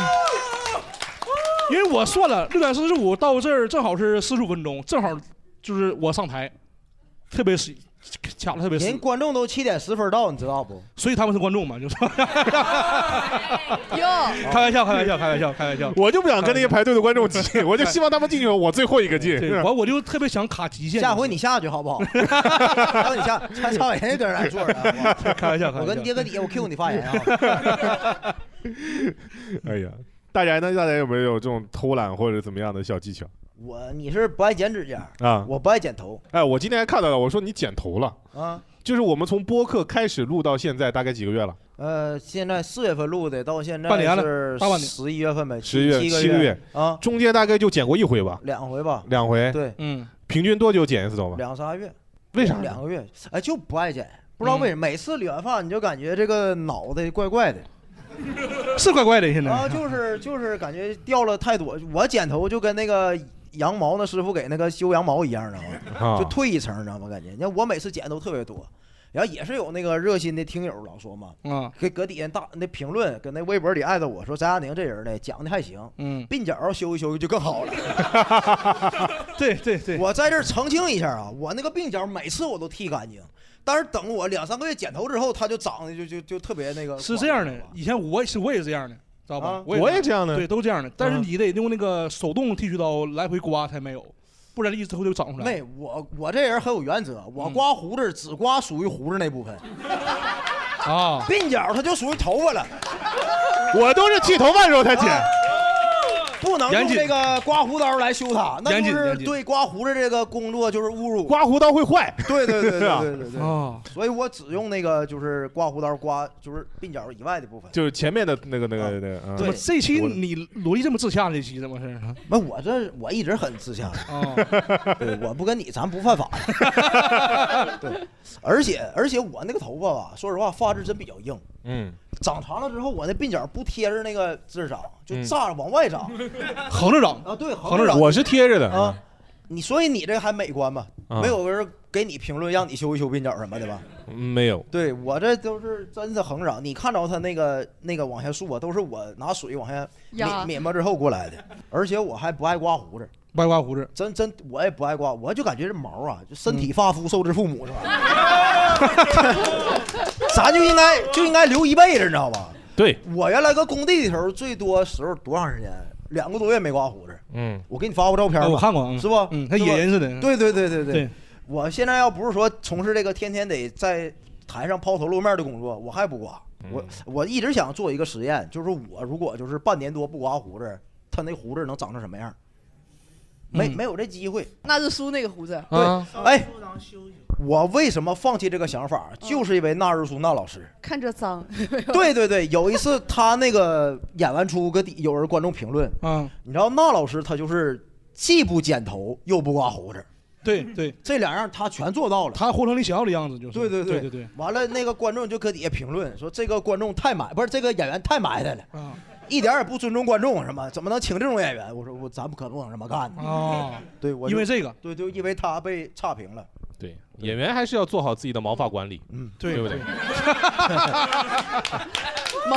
因为我算了，六点四十五到这儿正好是四十五分钟，正好就是我上台。特别死，卡的特别死。 人观众都七点十分到，你知道不？ 所以他们是观众嘛，就是。 哟， 开玩笑，开玩笑，开玩笑，开玩笑。 我就不想跟那些排队的观众挤，我就希望他们进去，我最后一个进。 完我就特别想卡极限。 下回你下去好不好？让你下，蔡超也搁这来坐着。 开玩笑， 我跟你爹搁底下，我 Q 你发言啊。 哎呀，大家呢？大家有没有这种偷懒或者怎么样的小技巧？ 我你是不爱剪指甲啊？ 我不爱剪头。 哎，我今天还看到了，我说你剪头了啊？ 就是我们从播客开始录到现在大概几个月了？ 呃，现在四月份录的，到现在半年了是大半年十一月份呗， 十月七七个月啊， 中间大概就剪过一回吧？ 两回吧？ 两回。 对， 嗯， 平均多久剪一次头发？ 两仨月。 为啥？ 两个月？哎，就不爱剪，不知道为什么，每次理完发你就感觉这个脑袋怪怪的。 是怪怪的，现在啊，就是就是感觉掉了太多。我剪头就跟那个羊毛那师傅给那个修羊毛一样的， 啊就退一层，你知道吗？感觉，你看我每次剪都特别多，然后也是有那个热心的听友老说嘛， 啊， 给搁底下大那评论，跟那微博里艾特我说翟佳宁这人呢讲的还行， 嗯， 鬓角修一修就更好了。 对对对， 我在这儿澄清一下啊，我那个鬓角每次我都剃干净。但是等我两三个月剪头之后，它就长得就就就特别那个。 是这样的，以前我也是我也是这样的，知道吧？ 啊、 我我也这样的， 对，都这样的。但是你得用那个手动剃须刀来回刮才没有，不然一直后就长出来。 没，我我这人很有原则，我刮胡子只刮属于胡子那部分。 啊， 鬓角它就属于头发了。 我都是剃头发的时候才剪。啊不能用这个刮胡刀来修它，那就是对刮胡子这个工作就是侮辱。 刮胡刀会坏。 对对对对对对对。 啊， 所以我只用那个就是刮胡刀刮，就是鬓角以外的部分， 就是前面的那个那个那个。 怎么这期你逻辑这么自洽？这期怎么是？ 那我这我一直很自洽啊， 对，我不跟你，咱不犯法。对，而且而且我那个头发吧，说实话发质真比较硬。 嗯。 长长了之后，我那鬓角不贴着那个字长，就炸着往外长， 横着长啊，对，横着长。 我是贴着的啊，你所以你这还美观吗？ 啊、 没有人给你评论让你修一修鬓角什么的吧？ 没有。 对我这都是真是横长，你看着它那个那个往下竖啊，都是我拿水往下抿抿巴之后过来的。而且我还不爱刮胡子， 不爱刮胡子， 真真我也不爱刮，我就感觉这毛啊，就身体发肤受之父母是吧？咱就应该就应该留一辈子，你知道吧？ 对， 我原来搁工地的时候，最多时候多长时间？两个多月没刮胡子。 嗯， 我给你发过照片吧， 我看过， 是不？ 嗯，他野人似的。 对对对对对。 我现在要不是说从事这个天天得在台上抛头露面的工作，我还不刮。我我一直想做一个实验，就是我如果就是半年多不刮胡子，他那胡子能长成什么样？没没有这机会。 那日苏那个胡子。 对，哎。我为什么放弃这个想法？就是因为纳日苏纳老师看着脏。 对对对，有一次他那个演完出，搁底有人观众评论， 嗯， 你知道纳老师他就是既不剪头又不刮胡子， 对对， 这两样他全做到了， 他活成你想要的样子就是。 对对对对对。 完了，那个观众就搁底下评论说这个观众太埋，不是这个演员太埋汰了。 啊。 一点也不尊重观众，是吗？怎么能请这种演员？我说我咱们可不能这么干的啊！ 对，我因为这个， 对，就因为他被差评了。 对，演员还是要做好自己的毛发管理， 嗯， 对， 对不对？ 毛，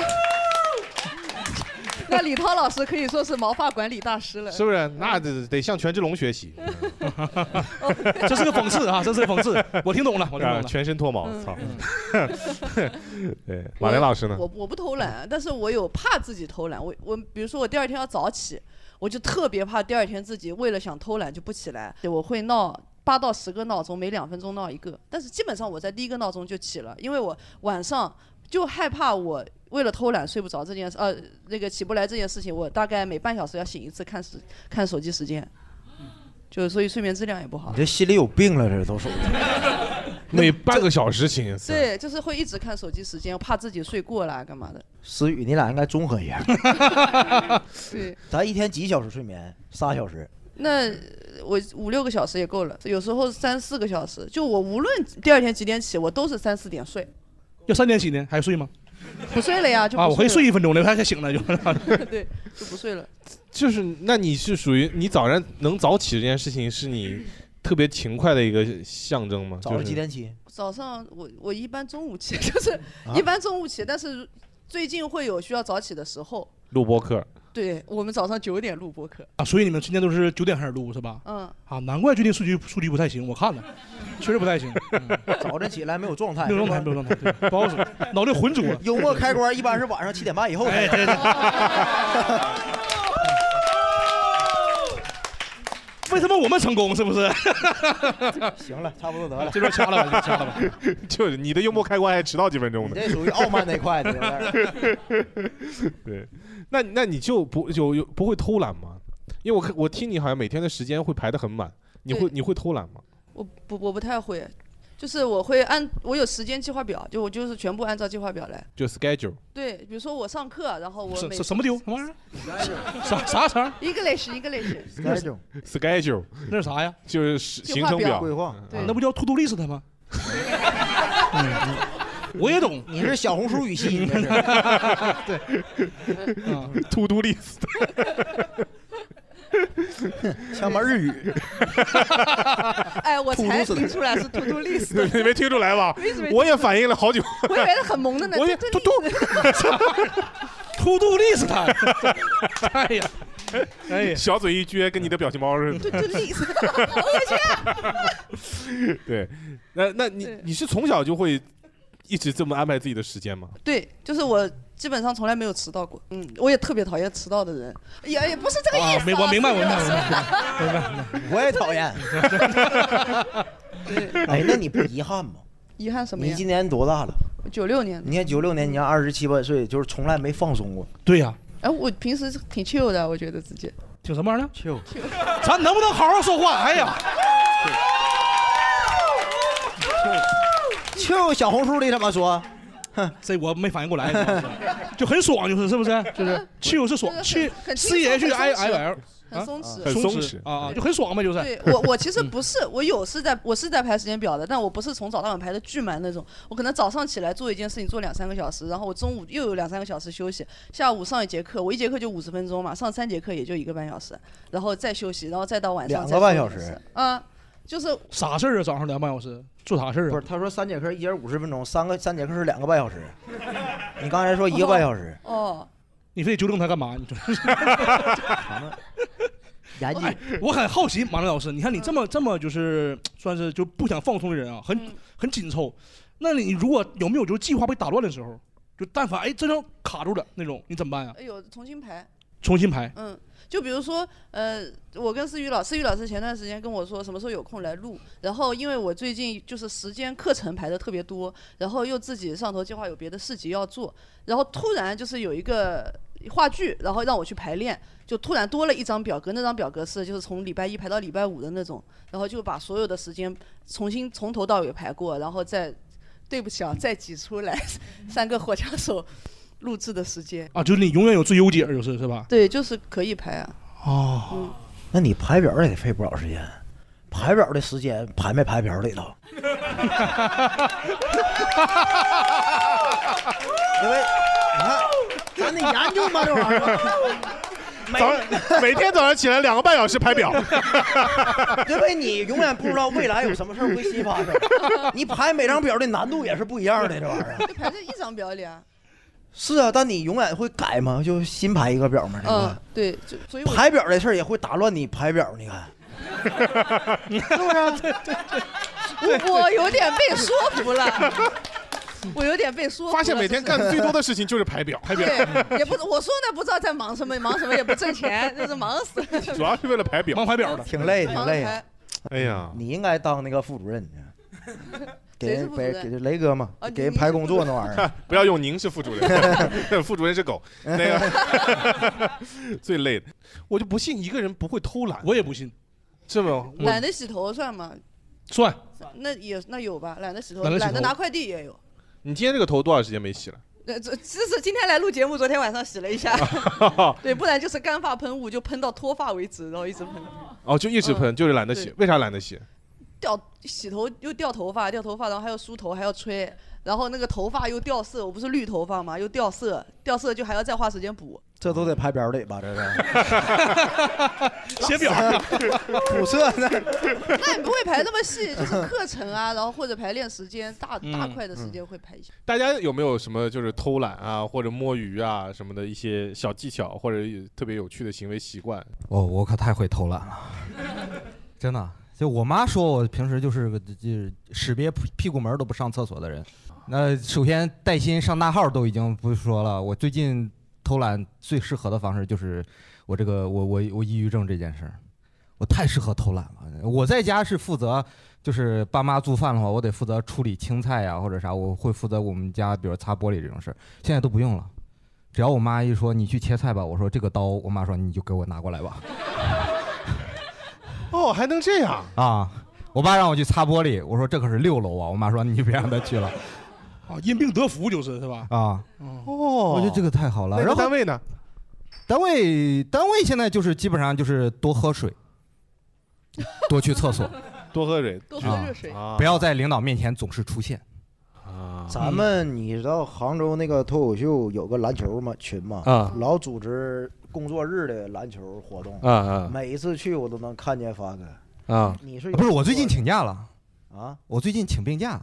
那李涛老师可以说是毛发管理大师了， 是不是？那得得向权志龙学习。 这是个讽刺啊！这是个讽刺，我听懂了，我听懂了。 全身脱毛，操！对，马莲老师呢？ 我我不偷懒，但是我有怕自己偷懒。我我比如说我第二天要早起，我就特别怕第二天自己为了想偷懒就不起来，我会闹八到十个闹钟，每两分钟闹一个。但是基本上我在第一个闹钟就起了，因为我晚上就害怕我为了偷懒睡不着这件事，呃，那个起不来这件事情，我大概每半小时要醒一次看时看手机时间，就所以睡眠质量也不好。 你这心里有病了，这都属于。 每半个小时醒一次。 对，就是会一直看手机时间，怕自己睡过了干嘛的。 思雨，你俩应该综合一下。 对， 咱一天几小时睡眠？仨小时。 那我五六个小时也够了，有时候三四个小时。就我无论第二天几点起，我都是三四点睡。 要三点起呢，还睡吗？ 不睡了呀，就不睡了啊，我可以睡一分钟了，还还醒了就。 对，就不睡了。 就是那你是属于你早上能早起这件事情是你特别勤快的一个象征吗？ 早上几点起？ 早上我我一般中午起，就是一般中午起，但是最近会有需要早起的时候。 录播课。 对，我们早上九点录播课啊，所以你们今天都是九点开始录是吧？ 嗯。 啊，难怪最近数据数据不太行，我看了，确实不太行。 嗯、早晨起来没有状态， 没有状态，没有状态，对，不好使，脑袋浑浊了。 幽默开关一般是晚上七点半以后开。 哎，对对。为什么我们成功？是不是？ 行了，差不多得了， 这边掐了吧，掐了吧。 就是你的幽默开关还迟到几分钟呢。 你这属于傲慢那块的。 对，那那你就不就不会偷懒吗？ 因为我看我听你好像每天的时间会排得很满，你会对你会偷懒吗？ 我不我不太会，就是我会按我有时间计划表，就我就是全部按照计划表来。 就 schedule。 对，比如说我上课，然后我每什什什么丢什么玩意儿？啥啥词儿？ 一个类似一个类似。 schedule schedule 那是啥呀？ 就是行程表规划。 对， 那不叫 to do list 吗？我也懂， 你是小红书语系， 对 ，to do list， 像门日语。 哎，我才听出来是 to do list， 你没听出来吧我一直没？ 我也反应了好久。 我以为是很萌的呢。 我也 to do to do list， 哎呀，哎呀， 小嘴一撅，跟你的表情包似的。 to do list， 好恶心啊！ 对，那那你你是从小就会一直这么安排自己的时间吗？ 对，就是我基本上从来没有迟到过。嗯，我也特别讨厌迟到的人，也也不是这个意思、啊。 没，我明白，我明白，我明白， 我也讨厌。哎，那你不遗憾吗？ 遗憾什么呀？ 你今年多大了？ 九六年。 你看九六年，你要二十七八岁，就是从来没放松过。 对呀。 哎，我平时挺 chill 的，我觉得自己。 挺什么玩意儿 ？chill。 咱能不能好好说话？哎呀。 就小红书里怎么说？ 这我没反应过来，就很爽，就是是不是？就是chill是爽，chill C H I L L， 很松弛， 很松弛啊，就很爽呗，就是。 对我我其实不是，我有是在我是在排时间表的，但我不是从早到晚排的巨满那种。我可能早上起来做一件事情做两三个小时，然后我中午又有两三个小时休息，下午上一节课，我一节课就五十分钟嘛，上三节课也就一个半小时，然后再休息，然后再到晚上两个半小时。 啊。就是啥事儿啊？早上两个半小时做啥事儿啊？ 不是，他说三节课一节五十分钟，三个三节课是两个半小时。你刚才说一个半小时。 哦。 你非得纠正他干嘛？你说。 严谨。 我很好奇，马亮老师，你看你这么这么就是算是就不想放松的人啊，很很紧凑。那你如果有没有就是计划被打乱的时候，就但凡哎真正卡住了那种，你怎么办呀？ 哎呦，重新排。 重新排。 嗯。就比如说，呃，我跟思雨老思雨老师前段时间跟我说什么时候有空来录，然后因为我最近就是时间课程排的特别多，然后又自己上头计划有别的事情要做，然后突然就是有一个话剧，然后让我去排练，就突然多了一张表格，那张表格是就是从礼拜一排到礼拜五的那种，然后就把所有的时间重新从头到尾排过，然后再对不起啊，再挤出来三个火枪手。录制的时间啊，就是你永远有最优解，就是是吧？ 对，就是可以排啊。 哦， 嗯， 那你排表也得费不少时间，排表的时间排没排表里头？因为你看，咱得研究嘛，这玩意儿。 早每天早上起来两个半小时排表， 因为你永远不知道未来有什么事儿会新发生。你排每张表的难度也是不一样的，这玩意儿。 就排在一张表里啊。 是啊，但你永远会改嘛，就新排一个表嘛，对吧？ 嗯，对，就所以排表的事儿也会打乱你排表，你看，是不是？ 对对对，我我有点被说服了，我有点被说服了。 发现每天干的最多的事情就是排表，排表。 对，也不我说呢，不知道在忙什么，忙什么也不挣钱，就是忙死了。 主要是为了排表， 忙排表的， 挺累，挺累。 哎呀， 你应该当那个副主任。给人给给雷哥嘛， 啊、 给人排工作那玩意儿。 不要用您是副主任，副主任是狗。那个最累的，我就不信一个人不会偷懒。 我也不信， 是吗？ 懒得洗头算吗？ 算。 那也那有吧，懒得洗头， 懒得洗头懒得拿快递也有。 你今天这个头多少时间没洗了？ 呃，这这是今天来录节目，昨天晚上洗了一下。对，不然就是干发喷雾，就喷到脱发为止，然后一直喷。 哦，就一直喷，嗯、就是懒得洗。为啥懒得洗？ 掉洗头又掉头发，掉头发，然后还要梳头，还要吹，然后那个头发又掉色，我不是绿头发嘛，又掉色，掉色就还要再花时间补。 这都得排表里吧？这是写表补色呢？ 那你不会排那么细，就是课程啊，然后或者排练时间，大大块的时间会排一下。 大家有没有什么就是偷懒啊，或者摸鱼啊什么的一些小技巧，或者特别有趣的行为习惯？ 哦，我可太会偷懒了，真的。就我妈说我平时就是个就是屎憋屁股门都不上厕所的人。那首先带薪上大号都已经不说了，我最近偷懒最适合的方式就是我这个我我我抑郁症这件事儿，我太适合偷懒了。我在家是负责就是爸妈做饭的话，我得负责处理青菜呀、啊、或者啥，我会负责我们家比如擦玻璃这种事儿，现在都不用了。 只要我妈一说你去切菜吧，我说这个刀，我妈说你就给我拿过来吧。 哦，还能这样啊！我爸让我去擦玻璃，我说这可是六楼啊，我妈说你别让他去了。 啊，因病得福就是是吧？ 啊， 哦， 我觉得这个太好了。 那然后单位呢？ 单位单位现在就是基本上就是多喝水，多去厕所， 多喝水， 多喝热水， 啊， 不要在领导面前总是出现。 啊， 咱们你知道杭州那个脱口秀有个篮球吗群吗？ 啊， 老组织工作日的篮球活动。 啊啊， 每一次去我都能看见发哥。 啊， 你是不是我最近请假了啊？ 我最近请病假。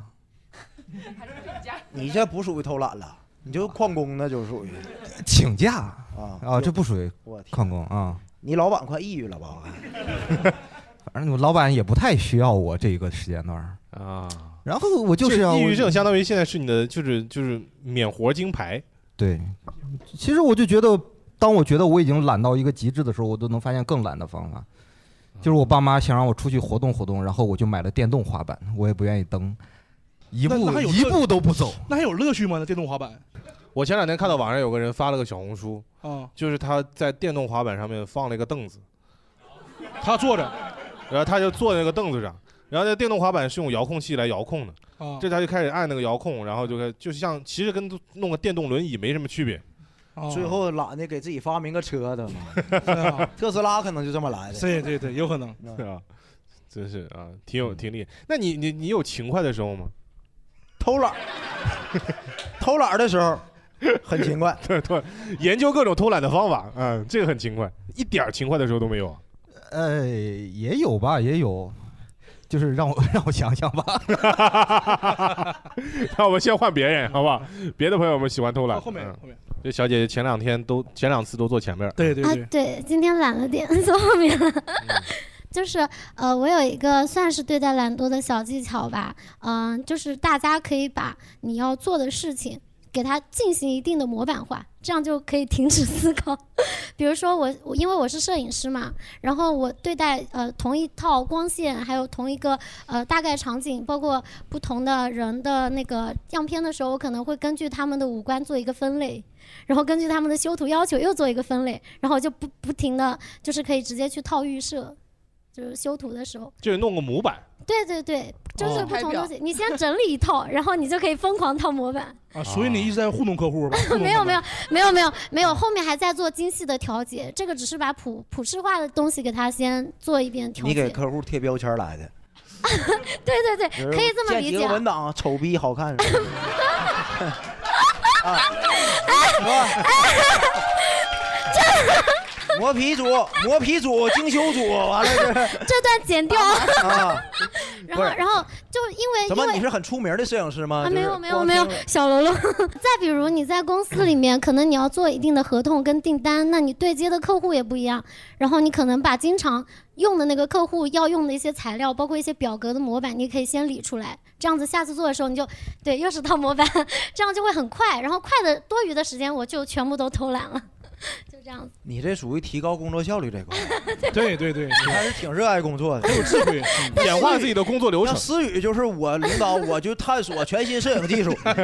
你这不属于偷懒了，你就旷工那就属于请假啊啊，这不属于我天旷工啊。 你老板快抑郁了吧？ 反正我老板也不太需要我这个时间段啊。 然后我就是要抑郁症，相当于现在是你的就是就是免活金牌。 对，其实我就觉得，当我觉得我已经懒到一个极致的时候，我都能发现更懒的方法。就是我爸妈想让我出去活动活动，然后我就买了电动滑板，我也不愿意蹬，一步一步都不走。 那还有乐趣吗？那电动滑板？ 我前两天看到网上有个人发了个小红书， 啊， 就是他在电动滑板上面放了一个凳子， 他坐着， 然后他就坐在那个凳子上，然后那电动滑板是用遥控器来遥控的， 啊， 这他就开始按那个遥控，然后就开就像其实跟弄个电动轮椅没什么区别。 最后懒得给自己发明个车的嘛， 啊特斯拉可能就这么来的。 对对对，有可能是啊，真是啊，挺有挺厉害。那你你你有勤快的时候吗？ 偷懒，偷懒的时候很勤快， 对对，研究各种偷懒的方法，嗯，这个很勤快，一点儿勤快的时候都没有。 呃，也有吧，也有，就是让我让我想想吧。 那我们先换别人，好不好？别的朋友们喜欢偷懒， 后面后面。 这小姐姐前两天都前两次都坐前面， 对对对，啊对，今天懒了点，坐后面了。就是呃，我有一个算是对待懒惰的小技巧吧，嗯、呃，就是大家可以把你要做的事情给它进行一定的模板化，这样就可以停止思考。比如说我，我因为我是摄影师嘛，然后我对待呃同一套光线，还有同一个呃大概场景，包括不同的人的那个样片的时候，我可能会根据他们的五官做一个分类。然后根据他们的修图要求又做一个分类，然后就不不停的就是可以直接去套预设，就是修图的时候， 就是弄个模板。 对对对，就是不同东西，你先整理一套，然后你就可以疯狂套模板。 啊，所以你一直在糊弄客户吧？ 没有没有没有没有没有，后面还在做精细的调节，这个只是把普普世化的东西给它先做一遍调节。 你给客户贴标签来的。 对对对，可以这么理解。 建几个文档，丑逼好看。啊，磨皮组、磨皮组、精修组，完了这这段剪掉啊。 然后，然后就因为怎么你是很出名的摄影师吗？ 啊，没有没有没有，小喽啰。再比如你在公司里面，可能你要做一定的合同跟订单，那你对接的客户也不一样，然后你可能把经常用的那个客户要用的一些材料，包括一些表格的模板，你可以先理出来，这样子下次做的时候你就对又是套模板，这样就会很快，然后快的多余的时间我就全部都偷懒了。就这样子， 你这属于提高工作效率这块。 对对对， 你还是挺热爱工作的， 很有智慧， 简化自己的工作流程。 思雨就是我领导，我就探索全新摄影技术。给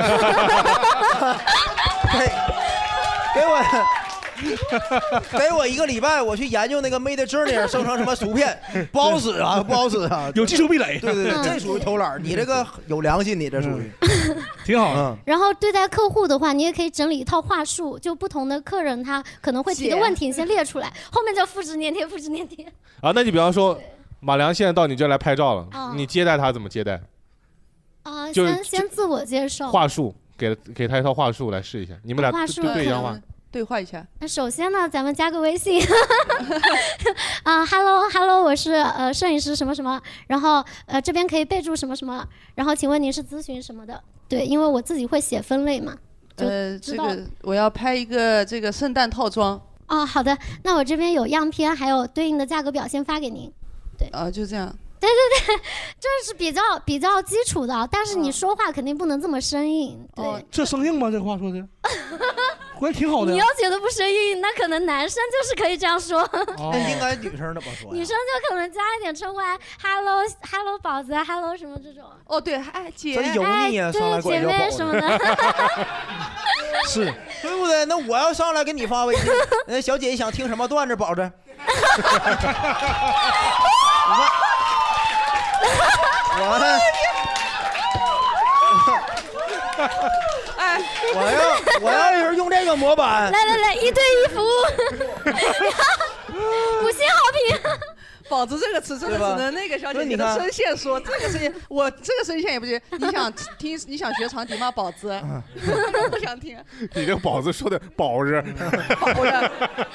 给我。给我一个礼拜，我去研究那个 Mid Journey 生成什么图片，不好使啊，不好使啊， 有技术壁垒。 对对对，这属于偷懒，你这个有良心，你这属于挺好的。 然后对待客户的话，你也可以整理一套话术，就不同的客人他可能会提的问题，你先列出来，后面就复制粘贴，复制粘贴。 啊，那你比方说马良现在到你这来拍照了， 哦、 你接待他怎么接待？ 啊、呃， 就是先先自我介绍。 话术，给给他一套话术来试一下，你们俩对对一样话。 对话一下。 那首先呢，咱们加个微信。啊、呃、，Hello Hello， 我是呃摄影师什么什么，然后呃这边可以备注什么什么，然后请问您是咨询什么的？对，因为我自己会写分类嘛。 呃，这个我要拍一个这个圣诞套装。 哦，好的，那我这边有样片，还有对应的价格表，先发给您。对。 啊、呃，就这样。 对对对，这是比较比较基础的，但是你说话肯定不能这么生硬。对， 哦、这生硬吗？这话说的，我也挺好的。 你要觉得不生硬，那可能男生就是可以这样说。 哦、那应该女生怎么说？ 女生就可能加一点称呼啊 ，hello hello 宝子 ，hello 什么这种。 哦，对，哎姐， 真油腻啊，上来姐妹什么的。 是， 对不对？那我要上来给你发微信，呃，小姐姐想听什么段子，宝子？我呢？ 哎， 我要我要是用这个模板， 来来来，一对一服务，五星好评。 宝子这个词真的只能那个小姐姐的声线说，这个声线我这个声线也不行。你想听你想学长笛吗？宝子，不想听。 你这个宝子说的宝子， 宝子。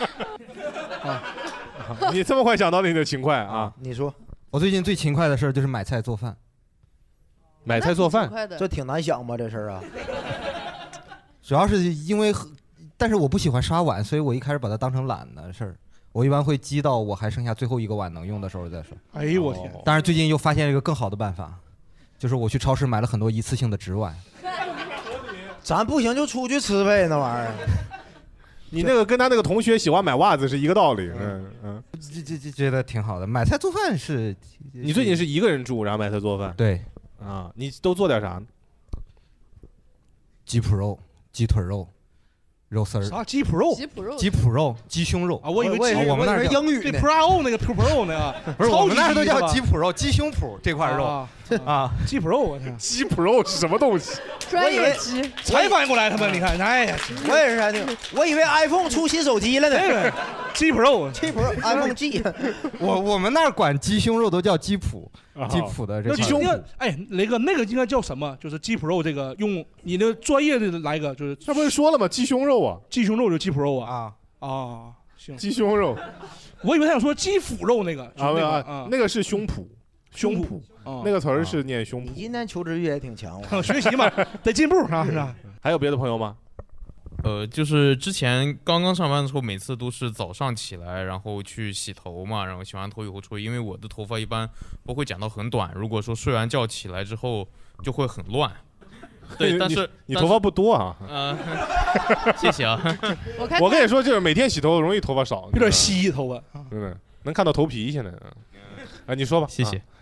你这么快想到你的勤快啊？ 你说， 我最近最勤快的事儿就是买菜做饭。 买菜做饭， 这挺难想吧？这事儿啊， 主要是因为，但是我不喜欢刷碗，所以我一开始把它当成懒的事儿。我一般会积到我还剩下最后一个碗能用的时候再刷。 哎呦我天！ 但是最近又发现一个更好的办法，就是我去超市买了很多一次性的纸碗。 咱不行就出去吃呗，那玩意儿。 你那个跟他那个同学喜欢买袜子是一个道理。嗯嗯， 这这这觉得挺好的。买菜做饭是， 你最近是一个人住，然后买菜做饭？ 对。 啊，你都做点啥呢？ 鸡脯肉、鸡腿肉、肉丝儿。 啥鸡脯肉？ 鸡脯肉。 鸡脯肉、鸡胸肉啊！我以为鸡， 我们那儿英语对 pro 那个 pro 那个， 不是我们那儿都叫鸡脯肉、鸡胸脯这块肉啊。 鸡脯肉，我天！ 鸡脯肉是什么东西？ 专业鸡， 才反应过来他们，你看，哎呀， 我也是啥的，我以为 iPhone 出新手机了呢。 鸡脯肉， 鸡脯 iPhone G， 我我们那儿管鸡胸肉都叫鸡脯，鸡脯的这鸡胸脯。哎，雷哥，那个应该叫什么？就是鸡脯肉这个，用你的专业的来一个，就是这不是说了吗？鸡胸肉啊， 鸡胸肉就鸡脯肉啊啊啊，行， 鸡胸肉， 我以为他想说鸡脯肉那个啊啊，那个是胸脯， 胸脯， 那个词儿是念胸脯。 你今天求知欲也挺强， 学习嘛，得进步啊，是吧？ 还有别的朋友吗？ 呃，就是之前刚刚上班的时候，每次都是早上起来，然后去洗头嘛，然后洗完头以后吹，因为我的头发一般不会剪到很短，如果说睡完觉起来之后就会很乱。对，但是你头发不多啊。 呃，谢谢啊。 我看我跟你说，就是每天洗头容易头发少， 有点稀头发， 真的能看到头皮现在。啊，你说吧， 谢谢。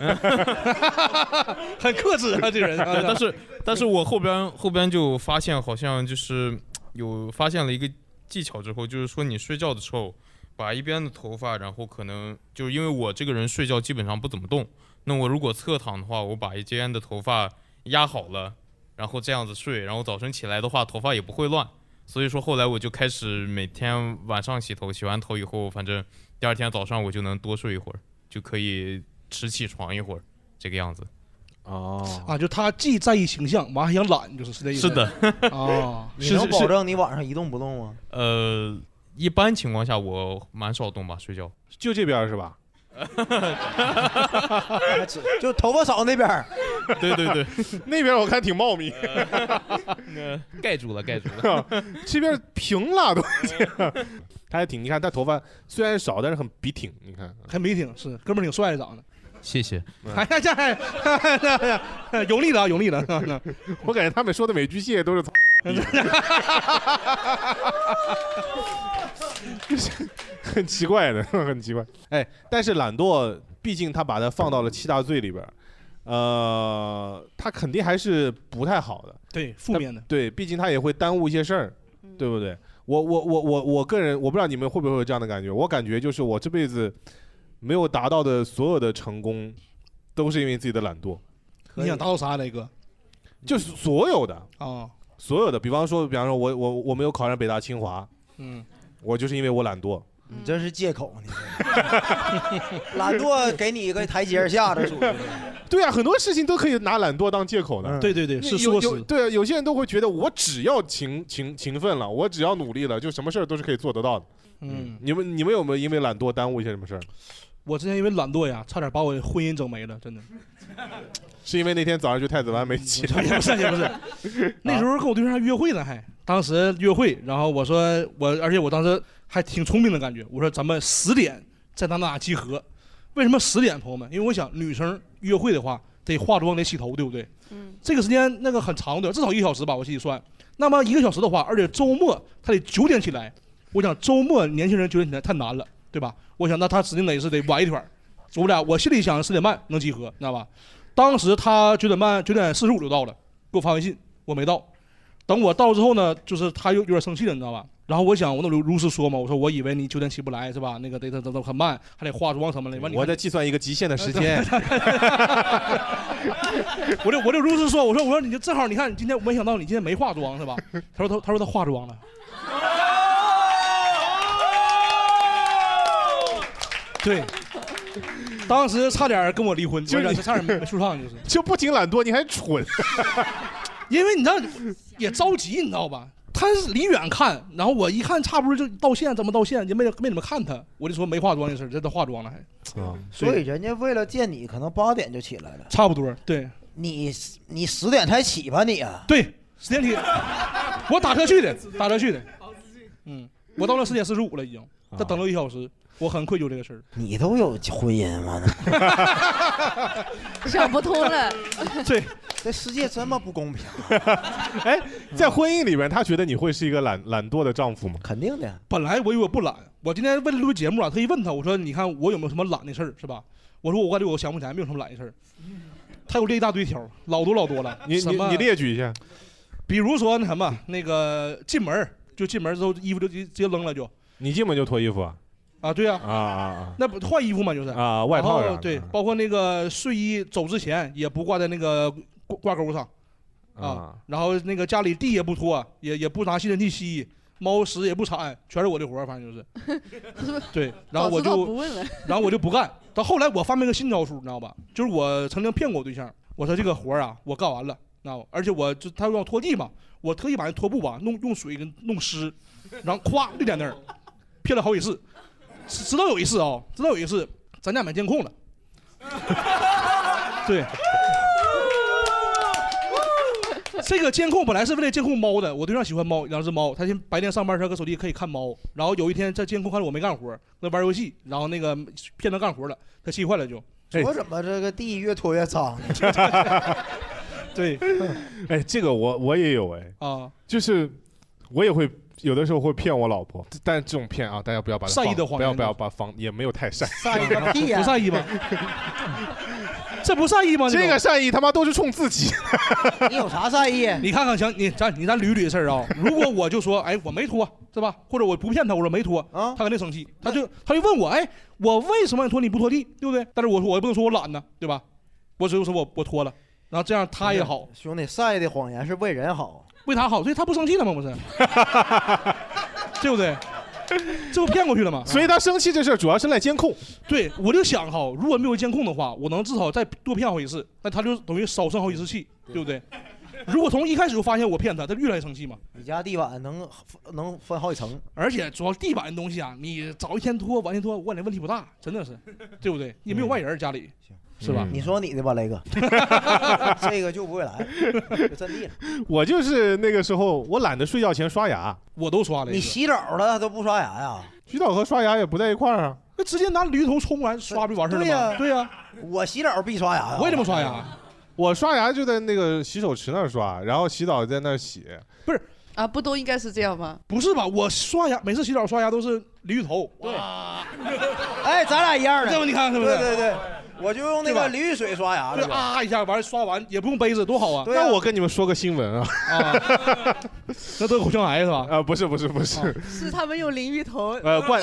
很克制啊，这人。 但是，但是我后边后边就发现，好像就是有发现了一个技巧之后，就是说你睡觉的时候，把一边的头发，然后可能就是因为我这个人睡觉基本上不怎么动，那我如果侧躺的话，我把一边的头发压好了，然后这样子睡，然后早晨起来的话，头发也不会乱。所以说后来我就开始每天晚上洗头，洗完头以后，反正第二天早上我就能多睡一会儿，就可以迟起床一会儿，这个样子。 哦， 啊，就他既在意形象，完还想懒，就是是这意思。 是的。 哦， 你能保证你晚上一动不动吗？ 呃，一般情况下我蛮少动吧，睡觉。 就这边是吧？ 就头发少那边。 对对对， 那边我看挺茂密。 呃、盖住了，盖住了。 这边平了都。他还挺，你看他头发虽然少，但是很笔挺，你看很笔挺，是哥们儿挺帅的长得。 谢谢。 哎呀，这呀，有力的啊，有力的。 我感觉他们说的每句谢谢都是。很奇怪的，很奇怪。哎，但是懒惰，毕竟他把它放到了七大罪里边，呃，他肯定还是不太好的。 对，负面的。 对，毕竟他也会耽误一些事儿，对不对？我我我我我个人，我不知道你们会不会有这样的感觉。我感觉就是我这辈子没有达到的所有的成功，都是因为自己的懒惰。 你想达到啥，雷哥？ 就是所有的啊。哦， 所有的，比方说，比方说我我我没有考上北大清华， 嗯， 我就是因为我懒惰。 你这是借口，你懒惰给你一个台阶下的属于。 对啊，很多事情都可以拿懒惰当借口的。 嗯、对对对，是说是。对啊，有些人都会觉得我只要勤勤勤奋了，我只要努力了，就什么事儿都是可以做得到的。嗯，你们你们有没有因为懒惰耽误一些什么事儿？ 我之前因为懒惰呀，差点把我婚姻整没了，真的。 是因为那天早上去太子湾没起？ 不是也不是，那时候跟我对象约会呢，还当时约会，然后我说我，而且我当时还挺聪明的感觉，我说咱们十点在哪哪集合。为什么十点，朋友们？因为我想女生约会的话得化妆得洗头，对不对？嗯。这个时间那个很长的，至少一个小时吧，我自己算。那么一个小时的话，而且周末他得九点起来，我想周末年轻人九点起来太难了，对吧？我想那他指定得是得晚一点。我俩我心里想十点半能集合，知道吧？当时他九点半九点四十五就到了，给我发微信，我没到。 等我到之后呢，就是他又有点生气了，你知道吧？然后我想，我那如如实说嘛，我说我以为你九点起不来是吧？那个得等等等很慢，还得化妆什么的。 我在计算一个极限的时间。 我就我就如实说，我说我说你就正好你看你今天没想到你今天没化妆是吧？他说他他说他化妆了。对，当时差点跟我离婚， 就是你差点没说上，就是就不仅懒惰，你还蠢， 因为你知道也着急，你知道吧？他是离远看，然后我一看差不多就到线，怎么到线？也没没怎么看他，我就说没化妆的事，这都化妆了还。 啊，所以人家为了见你，可能八点就起来了。 差不多，对。 你你十点才起吧你啊？ 对，十点起。我打车去的，打车去的。嗯，我到那十点四十五了已经，他等了一小时。我很愧疚这个事儿。 你都有婚姻吗？ 想不通了。 对， 这世界这么不公平。 哎，在婚姻里面，他觉得你会是一个懒懒惰的丈夫吗？ 肯定的。 本来我以为我不懒，我今天为了录节目啊，特意问他，我说你看我有没有什么懒的事儿，是吧？我说我感觉我想不起来，没有什么懒的事儿。他有列一大堆条，老多老多了。 你你你列举一下。 比如说那什么，那个进门就进门之后衣服就直接扔了就。 你进门就脱衣服啊？ 啊，对呀， 啊啊啊， 那不换衣服嘛，就是啊，外套呀， 对，包括那个睡衣走之前也不挂在那个挂挂钩上，啊，然后那个家里地也不拖，也也不拿吸尘器吸，猫屎也不铲，全是我的活儿，反正就是，对，然后我就，然后我就不干，到后来我发明个新招数，你知道吧？就是我曾经骗过我对象，我说这个活儿啊，我干完了，知道吧？而且我就他让我拖地嘛，我特意把那拖布吧弄用水给弄湿，然后咵立在那儿，骗了好几次。直到有一次啊、哦，直到有一次，咱家买监控了。对，这个监控本来是为了监控猫的，我对象喜欢猫，两只猫，他先白天上班时候搁手机可以看猫，然后有一天在监控看着我没干活，在玩游戏，然后那个骗他干活了，他气坏了就。 我怎么这个地越拖越脏？ 对， 哎，这个我我也有哎啊， 就是我也会。有的时候会骗我老婆，但这种骗啊，大家不要把它善意的谎言， 不要不要把防，也没有太善。 善意个屁呀！ 不善意吗？这不善意吗？ 这个善意他妈都是冲自己。 你有啥善意？ 你看看，行，你咱你咱捋捋事儿啊。如果我就说，哎，我没脱，是吧？或者我不骗他，我说没脱，啊，他肯定生气，他就他就问我，哎，我为什么脱你不拖地，对不对？但是我说我也不能说我懒呢，对吧？我只有说我我脱了，然后这样他也好。 兄弟，善意的谎言是为人好， 为他好，所以他不生气了吗？不是。对不对？这不骗过去了吗？ 所以他生气这事儿主要是赖监控。 对，我就想哈，如果没有监控的话，我能至少再多骗好几次，那他就等于少生好几次气，对不对？如果从一开始就发现我骗他，他越来越生气嘛。 你家地板能能分好几层， 而且主要地板的东西啊，你早一天拖晚一天拖，我感觉问题不大，真的是，对不对？也没有外人家里。是吧？ 你说你的吧，雷哥，这个就不会来，就阵地了。 我就是那个时候，我懒得睡觉前刷牙， 我都刷了。 你洗澡了都不刷牙呀？ 洗澡和刷牙也不在一块儿啊？ 那直接拿驴头冲完刷不完事儿了吗？ 对呀， 对呀。 我洗澡必刷牙呀。 我也这么刷牙。 我刷牙就在那个洗手池那儿刷，然后洗澡在那儿洗。 不是啊，不都应该是这样吗？ 不是吧？我刷牙每次洗澡刷牙都是驴头。 对。哎，咱俩一样的。 这不你看是不是？ 对对对。我就用那个驴水刷牙， 对啊一下完刷完也不用杯子，多好啊！ 那我跟你们说个新闻啊， 啊，那得口腔癌是吧？ 啊，不是不是不是， 是他们用淋浴头。 呃，灌。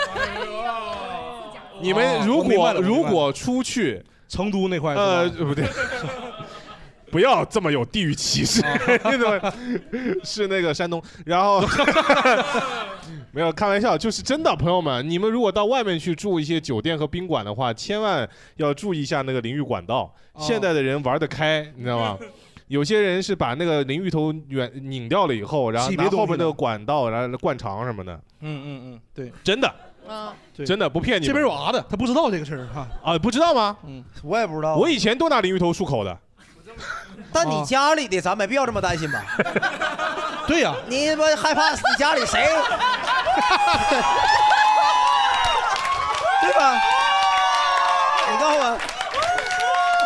你们如果如果出去成都那块， 呃，不对。不要这么有地域歧视，是那个山东，然后没有开玩笑，就是真的，朋友们，你们如果到外面去住一些酒店和宾馆的话，千万要注意一下那个淋浴管道。 哦、 现在的人玩得开，你知道吗？有些人是把那个淋浴头远拧掉了以后，然后拿后面那个管道，然后灌肠什么的。 嗯嗯嗯，对， 真的。 啊， 真的不骗你。 这边有娃的，他不知道这个事儿哈。 啊，不知道吗？ 嗯， 我也不知道。 我以前都拿淋浴头漱口的。 但你家里的咱没必要这么担心吧？ 对呀， 你不害怕你家里谁？对吧？你告诉我，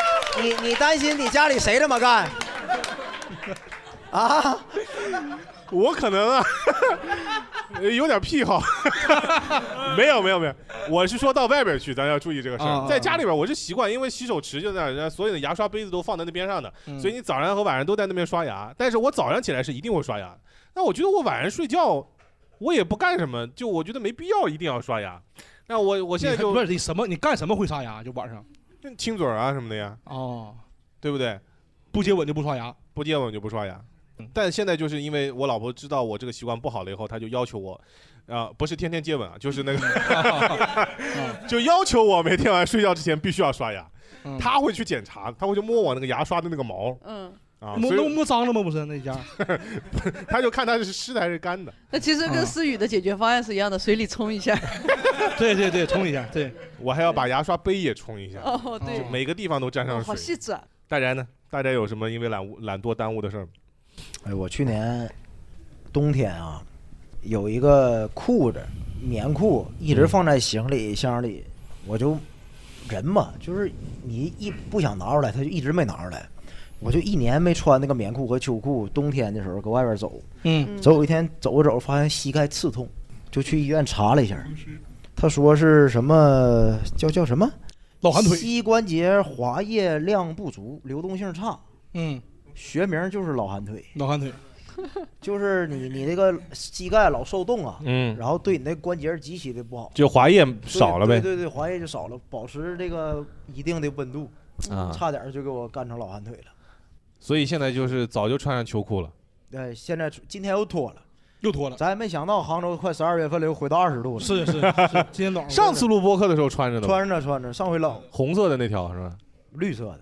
你你担心你家里谁这么干？啊？ 我可能啊，有点癖好。没有没有没有，我是说到外边去，咱要注意这个事儿。在家里边，我是习惯，因为洗手池就在那儿，所有的牙刷杯子都放在那边上的，所以你早上和晚上都在那边刷牙。但是我早上起来是一定会刷牙，那我觉得我晚上睡觉，我也不干什么，就我觉得没必要一定要刷牙。那我我现在就不是你什么，你干什么会刷牙？就晚上亲嘴啊什么的呀。 哦， 对不对？ 不接吻就不刷牙， 不接吻就不刷牙。但现在就是因为我老婆知道我这个习惯不好了以后，她就要求我，啊、呃，不是天天接吻啊，就是那个，就要求我每天晚上睡觉之前必须要刷牙。 嗯、 她会去检查，她会去摸我那个牙刷的那个毛。 嗯。 啊， 摸摸摸脏了吗？不是那家， 他就看它是湿的还是干的。 那其实跟思雨的解决方案是一样的，水里冲一下。 对对对，冲一下。对， 我还要把牙刷杯也冲一下。 哦，对， 就每个地方都沾上水。 好细致啊。 大家呢？大家有什么因为懒懒惰耽误的事儿？ 哎，我去年冬天啊，有一个裤子，棉裤一直放在行李箱里，我就人嘛，就是你一不想拿出来，他就一直没拿出来。我就一年没穿那个棉裤和秋裤，冬天的时候搁外边走， 嗯， 走有一天走着走着发现膝盖刺痛，就去医院查了一下，他说是什么叫叫什么老寒腿， 膝关节滑液量不足，流动性差， 嗯， 学名就是老寒腿， 老寒腿， 就是你你那个膝盖老受冻啊， 嗯， 然后对你那关节极其的不好， 就滑液少了呗， 对对对，滑液就少了，保持这个一定的温度， 啊， 差点就给我干成老寒腿了。 所以现在就是早就穿上秋裤了。 对，现在今天又脱了， 又脱了。 咱也没想到杭州快十二月份了，又回到二十度了。 是是是，今天早上。 上次录播客的时候穿着的。 穿着穿着，上回冷。 红色的那条是吧？ 绿色的。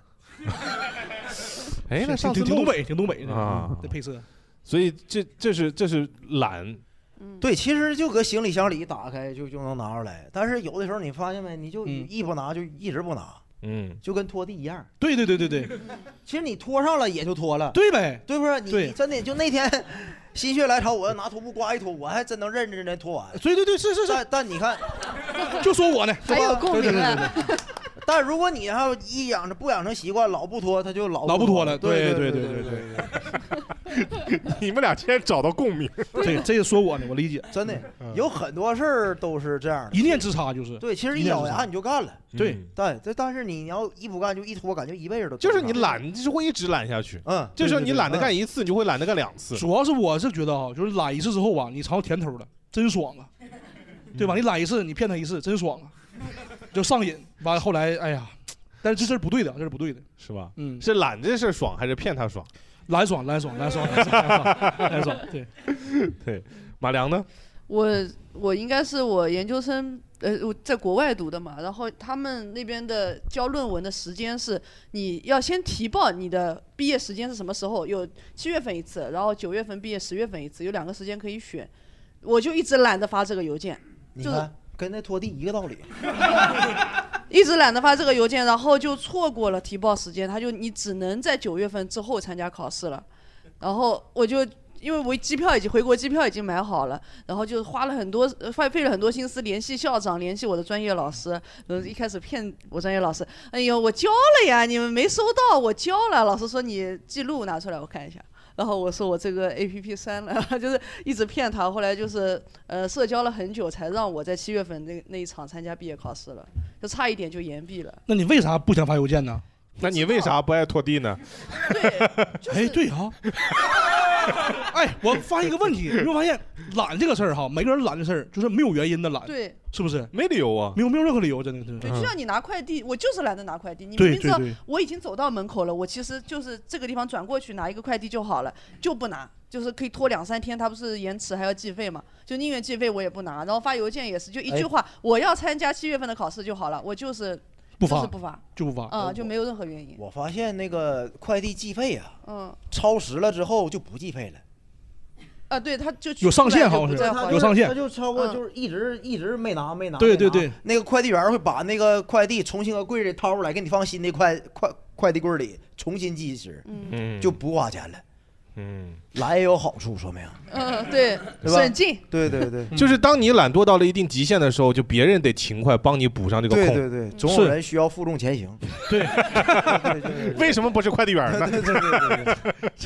哎，那上次挺东北，挺东北啊， 这配色。 所以这这是这是懒。 对，其实就搁行李箱里打开就就能拿出来，但是有的时候你发现没，你就一不拿就一直不拿。 嗯， 就跟拖地一样。 对对对对对， 其实你拖上了也就拖了， 对呗， 对不是？你你真的就那天心血来潮，我要拿拖布刮一拖，我还真能认认真拖完。 对对对，是是是。 但但你看， 就说我呢， 还有共鸣啊。 但如果你要一养着不养成习惯，老不拖，他就老老不拖了。 对对对对对对。你们俩今天找到共鸣， 这这个说我呢，我理解。 真的有很多事儿都是这样的， 一念之差就是。 对，其实一咬牙你就干了。 对， 但这但是你要一不干就一拖，感觉一辈子都就是你懒，你就是会一直懒下去。 嗯， 这时候你懒得干一次，你就会懒得干两次。 主要是我是觉得啊，就是懒一次之后啊，你尝到甜头了，真爽啊，对吧？你懒一次，你骗他一次，真爽啊，就上瘾。完了后来，哎呀，但是这事儿不对的，这是不对的， 是吧？ 嗯， 是懒这事儿爽还是骗他爽？ 懒爽，懒爽，懒爽，懒爽，懒爽，懒爽。对， 对，马良呢？ 我我应该是我研究生，呃，我在国外读的嘛，然后他们那边的交论文的时间是，你要先提报你的毕业时间是什么时候，有七月份一次，然后九月份毕业，十月份一次，有两个时间可以选。我就一直懒得发这个邮件，就是你看跟那拖地一个道理。 一直懒得发这个邮件，然后就错过了提报时间，他就你只能在九月份之后参加考试了。然后我就因为我机票已经回国机票已经买好了，然后就花了很多费费了很多心思联系校长，联系我的专业老师。呃，一开始骗我专业老师，哎呦我交了呀，你们没收到，我交了。老师说你记录拿出来我看一下。然后我说我这个 A P P 删了，就是一直骗他。后来就是呃社交了很久，才让我在七月份那那一场参加毕业考试了，就差一点就延毕了。 那你为啥不想发邮件呢？ 那你为啥不爱拖地呢？ 哎，对啊。哎，我发现一个问题，你会发现懒这个事儿哈，每个人懒的事儿就是没有原因的懒， 对， 是不是？ 没理由啊， 没有没有任何理由，真的是。 对，就像你拿快递，我就是懒得拿快递。你对明明知道对对我已经走到门口了，我其实就是这个地方转过去拿一个快递就好了，就不拿，就是可以拖两三天，它不是延迟还要计费嘛，就宁愿计费我也不拿。然后发邮件也是，就一句话，我要参加七月份的考试就好了，我就是不发就是不发， 就不发啊，就没有任何原因。 我发现那个快递计费啊， 嗯， 超时了之后就不计费了。 啊，对，他就有上限好像是他就有上限他就超过就是一直一直没拿没拿。 对对对， 那个快递员会把那个快递重新搁柜里掏出来，给你放新的快快快递柜里，重新计时， 嗯， 就不花钱了。 嗯， 来也有好处，说明。 嗯，对， 对吧省劲。 对对对， 就是当你懒惰到了一定极限的时候，就别人得勤快帮你补上这个空。 对对对，总有人需要负重前行。 对， 为什么不是快递员呢？ 对对对对对。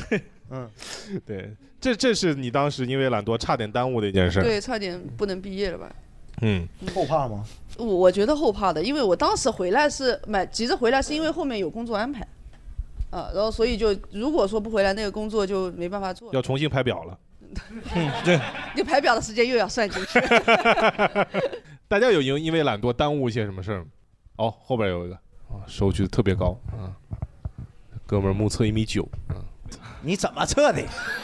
嗯， 对，这这是你当时因为懒惰差点耽误的一件事。 对，差点不能毕业了吧？ 嗯， 后怕吗？ 我我觉得后怕的，因为我当时回来是买急着回来，是因为后面有工作安排，啊，然后所以就如果说不回来，那个工作就没办法做， 要重新排表了。 嗯，对， 你排表的时间又要算进去。 大家有因因为懒惰耽误一些什么事儿吗？哦，后边有一个啊，手举得特别高啊，哥们儿目测一米九啊， 你怎么测的？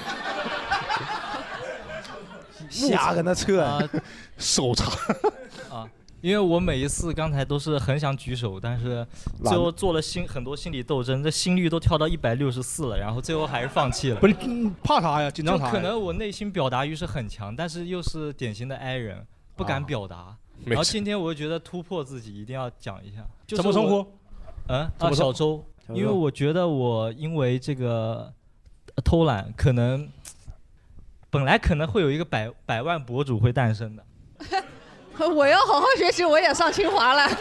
瞎跟他测啊， 手长啊。因为我每一次刚才都是很想举手，但是最后做了心很多心理斗争，这心率都跳到一百六十四了，然后最后还是放弃了。 不是怕啥呀？紧张啥呀？ 就可能我内心表达欲是很强，但是又是典型的 I 人，不敢表达。 啊、 然后今天我就觉得突破自己，一定要讲一下。就是、 怎么称呼？ 嗯啊，小周。因为我觉得我因为这个偷懒，可能本来可能会有一个百百万博主会诞生的。 我要好好学习，我也上清华了。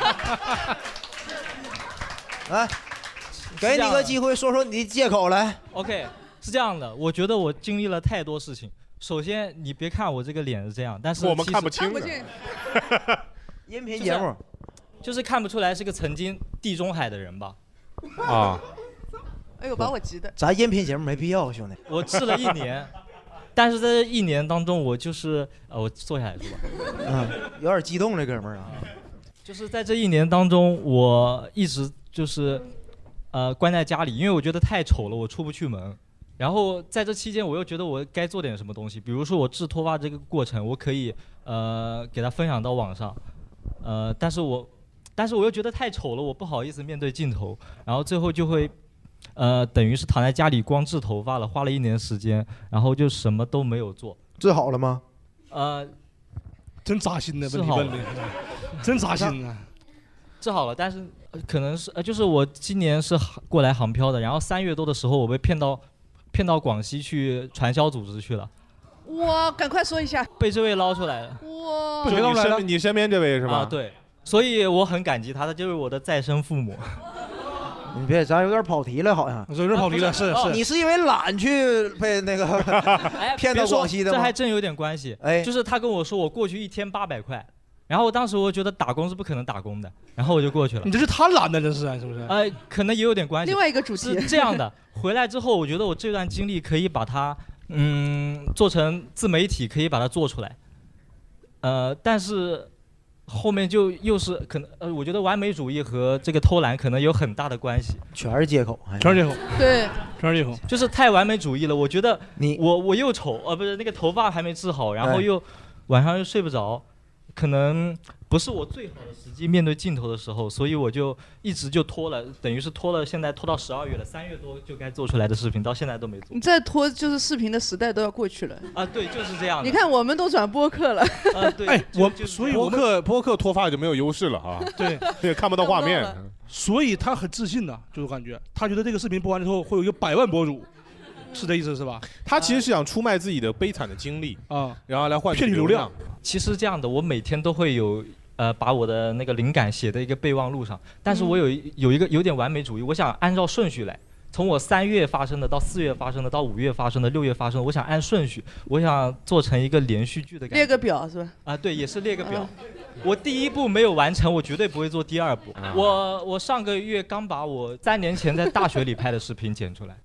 来，给你个机会说说你的借口来。 OK， 是这样的，我觉得我经历了太多事情。首先，你别看我这个脸是这样，但是我们看不清。 音频节目、 就是，就是看不出来是个曾经地中海的人吧？ 啊！ 哎呦，把我急的。 咱音频节目没必要，兄弟。 我治了一年。但是在这一年当中，我就是呃，我坐下来说吧， 嗯，有点激动，这哥们儿啊， 就是在这一年当中，我一直就是呃关在家里，因为我觉得太丑了，我出不去门。然后在这期间，我又觉得我该做点什么东西，比如说我治脱发这个过程，我可以呃给它分享到网上，呃，但是我但是我又觉得太丑了，我不好意思面对镜头，然后最后就会。呃，等于是躺在家里光治头发了，花了一年时间，然后就什么都没有做。 治好了吗？ 呃， 真扎心的问题问的，真扎心啊！ 治好了，但是、呃、可能是呃，就是我今年是过来杭漂的，然后三月多的时候，我被骗到骗到广西去传销组织去了。 哇，赶快说一下！ 被这位捞出来了。 哇， 就你身你身边这位是吧？ 啊，对，所以我很感激他，他就是我的再生父母。 你别，咱有点跑题了，好像有点跑题了，是是。 你是因为懒去被那个骗到广西的吗？ 这还真有点关系。哎，就是他跟我说我过去一天八百块，然后当时我觉得打工是不可能打工的，然后我就过去了。 你这是贪婪的，这是是不是？ 哎，可能也有点关系。 另外一个主题是这样的，回来之后，我觉得我这段经历可以把它嗯做成自媒体，可以把它做出来。呃，但是。后面就又是可能呃，我觉得完美主义和这个偷懒可能有很大的关系， 全是借口， 全是借口， 对， 全是借口， 就是太完美主义了。我觉得你我我又丑，呃，不是那个头发还没治好，然后又、哎、晚上又睡不着，可能不是我最好的时机面对镜头的时候，所以我就一直就拖了，等于是拖了，现在拖到十二月了，三月多就该做出来的视频，到现在都没做。 你再拖，就是视频的时代都要过去了。 啊，对，就是这样的。 你看，我们都转播客了。 啊，对。 哎，我所以播客播客脱发就没有优势了啊。 对， 也看不到画面。 所以他很自信呐、啊，就是感觉他觉得这个视频播完之后会有一个百万博主。是这意思是吧？ 他其实是想出卖自己的悲惨的经历啊， 然后来换取流量。 其实这样的，我每天都会有呃把我的那个灵感写在一个备忘录上，但是我有有一个有点完美主义，我想按照顺序来，从我三月发生的到四月发生的到五月发生的六月发生的，我想按顺序，我想做成一个连续剧的感觉。 列个表是吧？ 啊，对，也是列个表。啊、我第一步没有完成，我绝对不会做第二步。啊、我我上个月刚把我三年前在大学里拍的视频剪出来。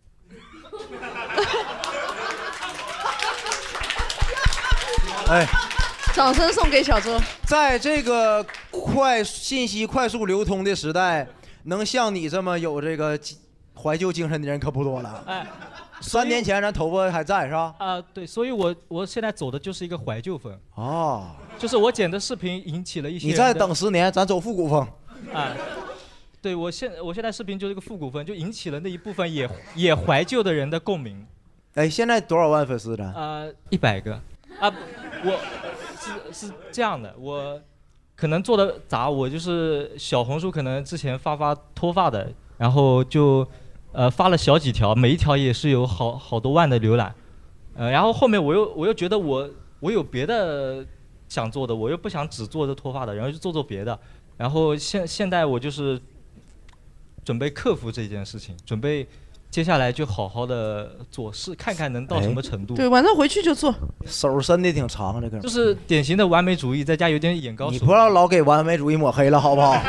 哎， 掌声送给小周。 在这个快信息快速流通的时代，能像你这么有这个怀旧精神的人可不多了。 哎， 三年前咱头发还在是吧？ 啊、呃，对，所以我我现在走的就是一个怀旧风。 哦， 就是我剪的视频引起了一些。 你再等十年，咱走复古风。 啊，对我现我现在视频就是个复古风，就引起了那一部分也也怀旧的人的共鸣。 哎，现在多少万粉丝咱？ 呃，一百个。啊，我是是这样的，我可能做的杂，我就是小红书可能之前发发脱发的，然后就呃发了小几条，每一条也是有好好多万的浏览，呃，然后后面我又我又觉得我我有别的想做的，我又不想只做这脱发的，然后就做做别的，然后现现在我就是准备克服这件事情，准备接下来就好好的做事，看看能到什么程度。 对，晚上回去就做。 手伸的挺长，这个就是典型的完美主义，在家有点眼高手低。 你不要老给完美主义抹黑了，好不好？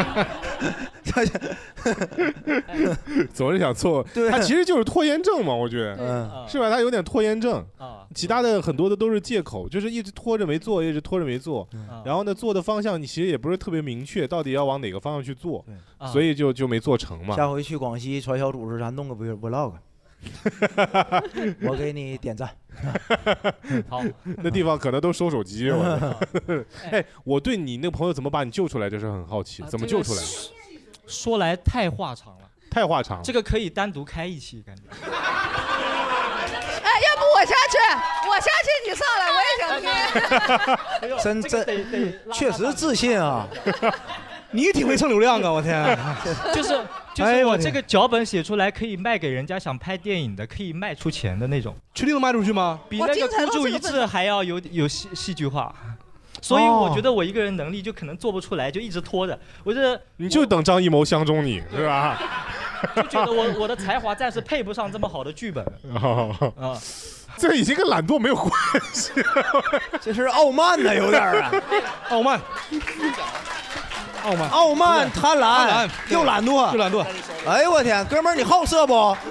总是想做， 对他其实就是拖延症嘛，我觉得， 嗯， 是吧？他有点拖延症啊， 其他的很多的都是借口，就是一直拖着没做，一直拖着没做，然后呢，做的方向你其实也不是特别明确，到底要往哪个方向去做，所以就就没做成嘛。 下回去广西传销组织，咱弄个 vlog。我给你点赞。 好， 那地方可能都收手机。哎，我对你那个朋友怎么把你救出来，这是很好奇，怎么救出来？ 说来太话长了， 太话长了。 这个可以单独开一期，感觉。 哎，要不我下去，我下去，你上来，我也想听。 真真，确实自信啊！ 你挺会蹭流量啊！我天， 就是就是我这个脚本写出来可以卖给人家想拍电影的，可以卖出钱的那种。 确定能卖出去吗？ 比那个孤注一掷还要有有戏戏剧化。所以我觉得我一个人能力就可能做不出来，就一直拖着。我觉得你就等张艺谋相中你，是吧？ 就觉得我我的才华暂时配不上这么好的剧本。啊， 这已经跟懒惰没有关系了， 这是傲慢呢，有点啊， 傲慢。傲慢， 傲慢，贪婪，又懒惰， 又懒惰。 哎呦我天，哥们儿，你好色不？啊，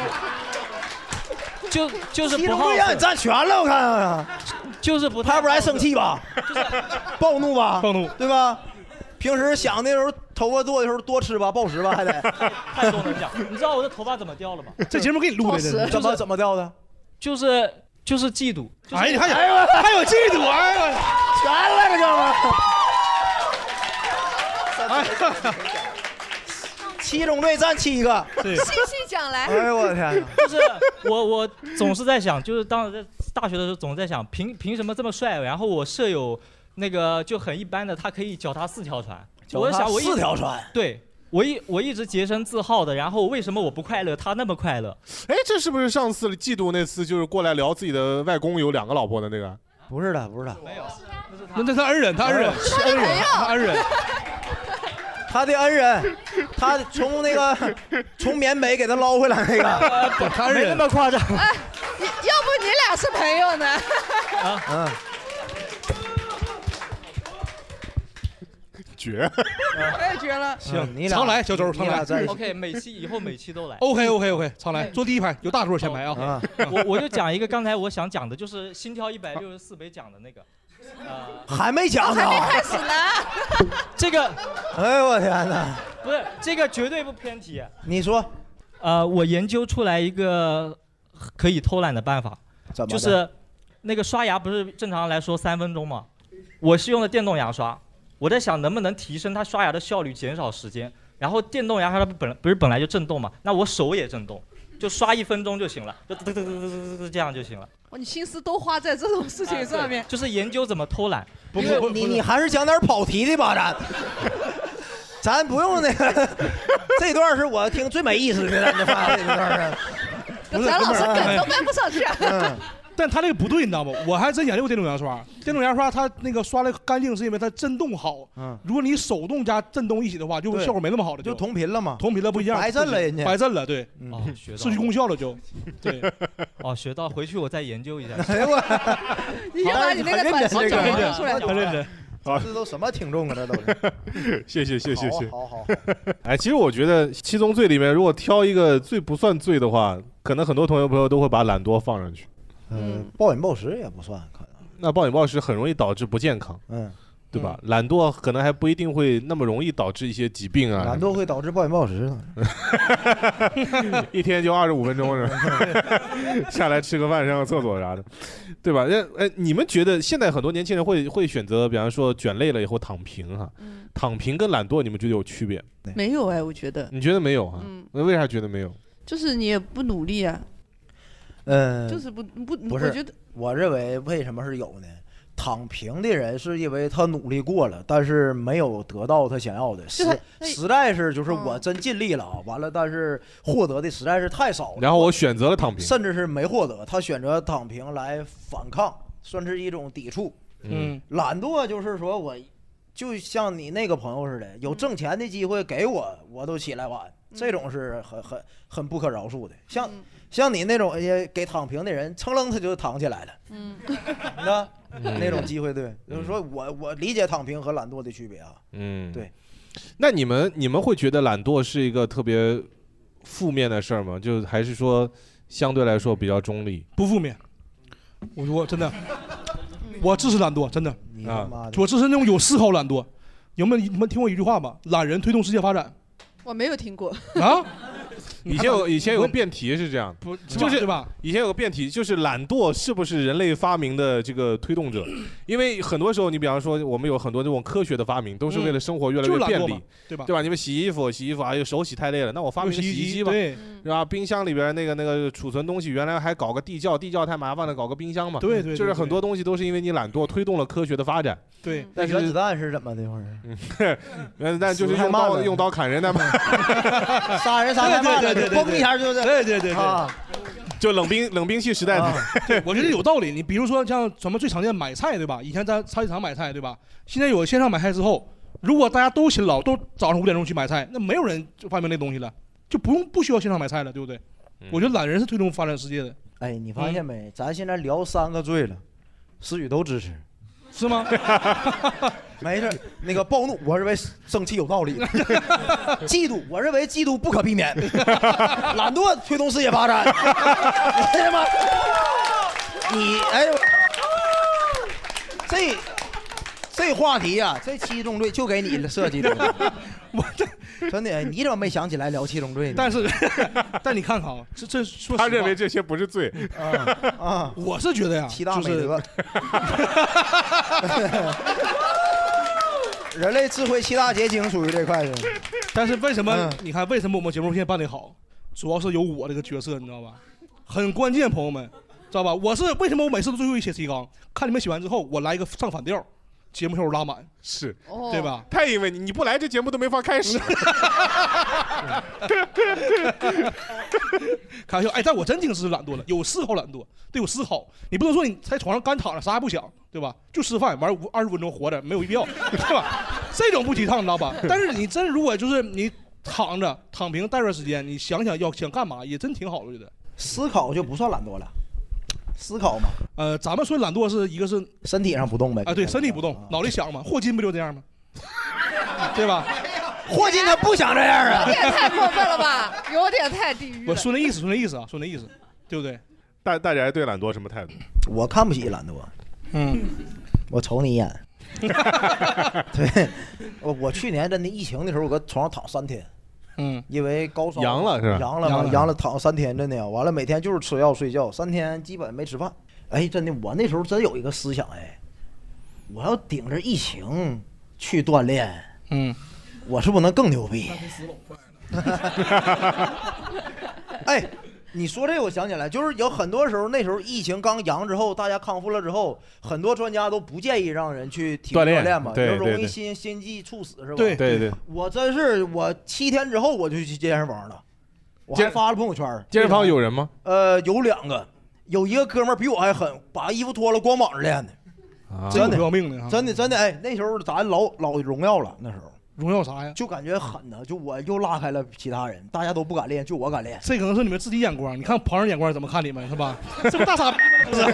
就就是不好色，让你占全了，我看啊， 就是不， 他不是还生气吧？ 就是暴怒吧？ 暴怒， 对吧？平时想的时候，头发多的时候多吃吧，暴食吧，还得。 太多能讲，你知道我的头发怎么掉了吗？ 这节目给你录的， 怎么怎么掉的？ 就是就是嫉妒。 哎，你还有还有嫉妒，哎呦， 全了这哥们儿。 哎， 七中队占七个， 细细讲来。 哎呦我的天！ 就是我我总是在想，就是当时在大学的时候总是在想，凭凭什么这么帅？然后我舍友那个就很一般的，他可以脚踏四条船。我想我四条船。 对，我一我一直洁身自好的，然后为什么我不快乐，他那么快乐？ 哎，这是不是上次嫉妒那次就是过来聊自己的外公有两个老婆的那个？ 不是的，不是的， 没有， 那那他恩人，他恩人，恩人，他恩人。 他的恩人，他从那个从缅北给他捞回来那个， 他恩人没那么夸张。 哎，要不你俩是朋友呢？ 啊，嗯， 绝， 太绝了。 行，你俩常来，小周常来。 OK， 每期以后每期都来。 OK OK OK， 常来，坐第一排，有大桌前排啊。 我我就讲一个刚才我想讲的，就是心跳一百六十四没讲的那个。 呃，还没讲呢， 还没开始呢。 这个， 哎呦我天哪！ 不是这个绝对不偏题。 你说， 呃，我研究出来一个可以偷懒的办法，就是那个刷牙不是正常来说三分钟吗？我是用的电动牙刷，我在想能不能提升它刷牙的效率，减少时间。然后电动牙刷它本来不是本来就震动嘛，那我手也震动。就刷一分钟就行了，就嘚嘚嘚嘚嘚这样就行了。 哇，你心思都花在这种事情上面， 就是研究怎么偷懒。 不不，你你还是讲点跑题的吧，咱咱不用那个。这段是我听最没意思的，你发的这段是。咱老师梗都搬不上去。 嗯。但他那个不对，你知道吗？我还真研究过电动牙刷。电动牙刷它那个刷的干净，是因为它震动好。嗯。如果你手动加震动一起的话，就效果没那么好了， 就同频了嘛。 同频了不一样。 白震了人家。 白震了，对。 哦，学到。 失去功效了就。对。 哦，学到，回去我再研究一下。 哎呦我。 你先把你那个短视频弄出来。 很认真。 好，这都什么听众啊？这都是。 谢谢谢谢谢谢。 好好。 哎，其实我觉得七宗罪里面，如果挑一个最不算罪的话，可能很多同学朋友都会把懒惰放上去。 嗯，暴饮暴食也不算，可能。 那暴饮暴食很容易导致不健康， 嗯， 对吧？嗯、懒惰可能还不一定会那么容易导致一些疾病啊。 懒惰会导致暴饮暴食一天就二十五分钟是吧？下来吃个饭、上个厕所啥的，对吧？哎，你们觉得现在很多年轻人会会选择，比方说卷累了以后躺平哈、嗯？躺平跟懒惰，你们觉得有区别？ 没有哎，我觉得。 你觉得没有哈？嗯。那为啥觉得没有？ 就是你也不努力啊。 嗯， 就是不不不是， 我觉得我认为为什么是有呢？躺平的人是因为他努力过了，但是没有得到他想要的，实实在是就是我真尽力了啊，完了，但是获得的实在是太少了。 然后我选择了躺平， 甚至是没获得，他选择躺平来反抗，算是一种抵触。 嗯， 懒惰就是说我就像你那个朋友似的，有挣钱的机会给我，我都起来晚。 这种是很很很不可饶恕的。像、 嗯、 像你那种也给躺平的人，蹭楞他就躺起来了， 嗯， 那那种机会，对，就是说我我理解躺平和懒惰的区别啊， 嗯， 对。 那你们你们会觉得懒惰是一个特别负面的事儿吗？就还是说相对来说比较中立？ 不负面，我说真的，我支持懒惰，真的啊， 我支持那种有思考懒惰。有没有你们听过一句话吗？懒人推动世界发展。 我没有听过啊。 以前有以前有个辩题是这样， 不就是对吧？ 以前有个辩题就是懒惰是不是人类发明的这个推动者？因为很多时候，你比方说我们有很多这种科学的发明，都是为了生活越来越便利， 对吧？ 对吧？你们洗衣服，洗衣服啊，有手洗太累了，那我发明个洗衣机吧， 对， 是吧？冰箱里边那个那个储存东西，原来还搞个地窖，地窖太麻烦了，搞个冰箱嘛。 对对， 就是很多东西都是因为你懒惰推动了科学的发展。 对， 那原子弹是怎么的回事？ 原子弹就是用刀用刀砍人的嘛， 杀人杀太慢了，嘣一下就。 对对对对， 啊、 就冷兵冷兵器时代的、啊， 我觉得有道理。你比如说像咱们最常见买菜，对吧？以前在菜市场买菜，对吧？现在有线上买菜之后，如果大家都勤劳，都早上五点钟去买菜，那没有人就发明那东西了，就不用不需要线上买菜了，对不对？嗯、我觉得懒人是推动发展世界的。 哎，你发现没？嗯、咱现在聊三个罪了，思雨都支持。 是吗？ 没事，那个暴怒，我认为生气有道理；嫉妒，我认为嫉妒不可避免；懒惰推动世界发展。哎呀妈！你哎呦，这这话题呀、啊，这七宗罪就给你设计的。 我这真的，你怎么没想起来聊七宗罪呢？ 但是，但你看看啊，这这说他认为这些不是罪啊啊！ 我是觉得呀， 七大美德。人类智慧七大结晶属于这块的。 但是为什么、嗯、你看为什么我们节目现在办得好，主要是有我这个角色，你知道吧？很关键，朋友们，知道吧？我是为什么我每次都最后一写提纲，看你们写完之后，我来一个上反调。节目效果拉满是， 对吧？ 太因为你你不来，这节目都没法开始。 开玩笑，哎，但我真挺是懒惰了，有思考懒惰，得有思考。你不能说你在床上干躺着啥也不想，对吧？就吃饭完二十分钟活着，没有必要，对吧？这种不提倡，你知道吧？但是你真如果就是你躺着躺平待段时间，你想想要想干嘛，也真挺好的，我觉得。 思考就不算懒惰了。思考嘛， 呃，咱们说懒惰是一个是身体上不动呗， 啊，对，身体不动，脑里想嘛。霍金不就这样吗？对吧？ 霍金他不想这样啊， 有点太过分了吧，有点太地狱了。 我说那意思，说那意思啊，说那意思，对不对？ 大大家对懒惰什么态度？ 我看不起懒惰， 嗯， 我瞅你一眼。对，我我去年真的疫情的时候，我搁床上躺三天。 嗯， 因为高烧阳了是吧？ 阳了嘛，阳了躺三天，真的呀。完了每天就是吃药睡觉，三天基本没吃饭。哎，真的，我那时候真有一个思想，哎，我要顶着疫情去锻炼， 嗯， 我是不能更牛逼。哎，你说这个我想起来，就是有很多时候，那时候疫情刚阳之后，大家康复了之后，很多专家都不建议让人去体育锻炼嘛， 对对对， 容易心心悸猝死是吧？ 对对对， 我真是我七天之后我就去健身房了，我还发了朋友圈。 健身房有人吗？ 呃，有两个，有一个哥们儿比我还狠，把衣服脱了光膀子练的， 啊、真的要命的， 真的真的哎，那时候咱老老荣耀了，那时候。 荣耀啥呀？ 就感觉狠呢，就我又拉开了其他人，大家都不敢练，就我敢练。 这可能是你们自己眼光，你看旁人眼光怎么看你们是吧？这不大傻逼？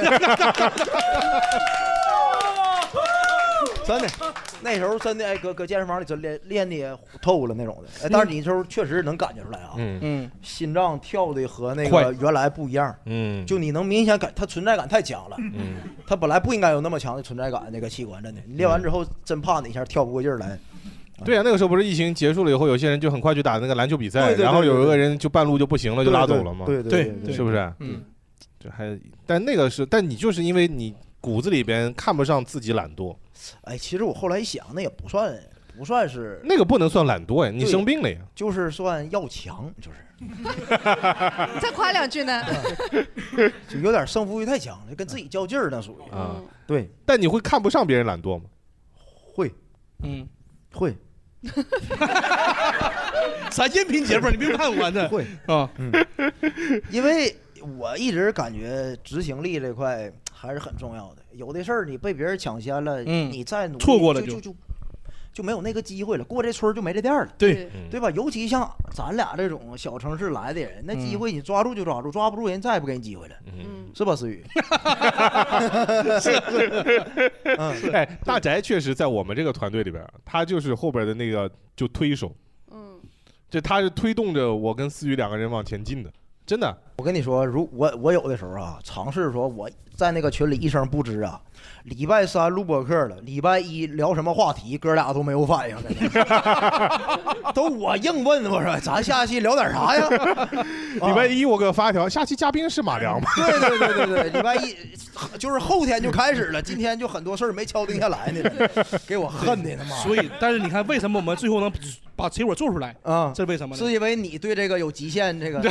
真的，那时候真的哎，搁搁健身房里真练练的透了那种的。哎，但是你时候确实能感觉出来啊， 嗯嗯， 心脏跳的和那个原来不一样， 嗯， 就你能明显感，它存在感太强了， 嗯， 它本来不应该有那么强的存在感，那个器官真的，你练完之后真怕你一下跳不过劲儿来。 对啊，那个时候不是疫情结束了以后，有些人就很快去打那个篮球比赛， 对对对对对， 然后有一个人就半路就不行了，就拉走了嘛， 对对对对, 对, 对， 是不是？ 嗯， 这还，但那个是，但你就是因为你骨子里边看不上自己懒惰。 哎，其实我后来一想，那也不算不算是那个不能算懒惰呀，你生病了呀， 就是算要强，就是你再夸两句呢， 就有点胜负欲太强了，跟自己较劲儿那属于啊。 对， 但你会看不上别人懒惰吗？ 会， 嗯， 会。 咱音频节目，你别看我这会啊， 嗯，因为我一直感觉执行力这块还是很重要的。有的事儿你被别人抢先了， 嗯， 你再努力错过了就就就就没有那个机会了，过这村就没这店了， 对对吧？尤其像咱俩这种小城市来的人，那机会你抓住就抓住，抓不住人再也不给你机会了， 嗯， 是吧，思雨？ 是是，嗯，哎，大宅确实在我们这个团队里边，他就是后边的那个就推手，嗯，这他是推动着我跟思雨两个人往前进的，真的。 我跟你说，如我我有的时候啊，尝试说我在那个群里一声不吱啊，礼拜三录播课了，礼拜一聊什么话题，哥俩都没有反应，都我硬问，我说咱下期聊点啥呀？ 礼拜一我给我发一条，下期嘉宾是马良吗？ 对对对对对，礼拜一就是后天就开始了，今天就很多事儿没敲定下来呢，给我恨的他妈。 所以，但是你看，为什么我们最后能把结果做出来啊？ 这是为什么呢？ 是因为你对这个有极限，这个。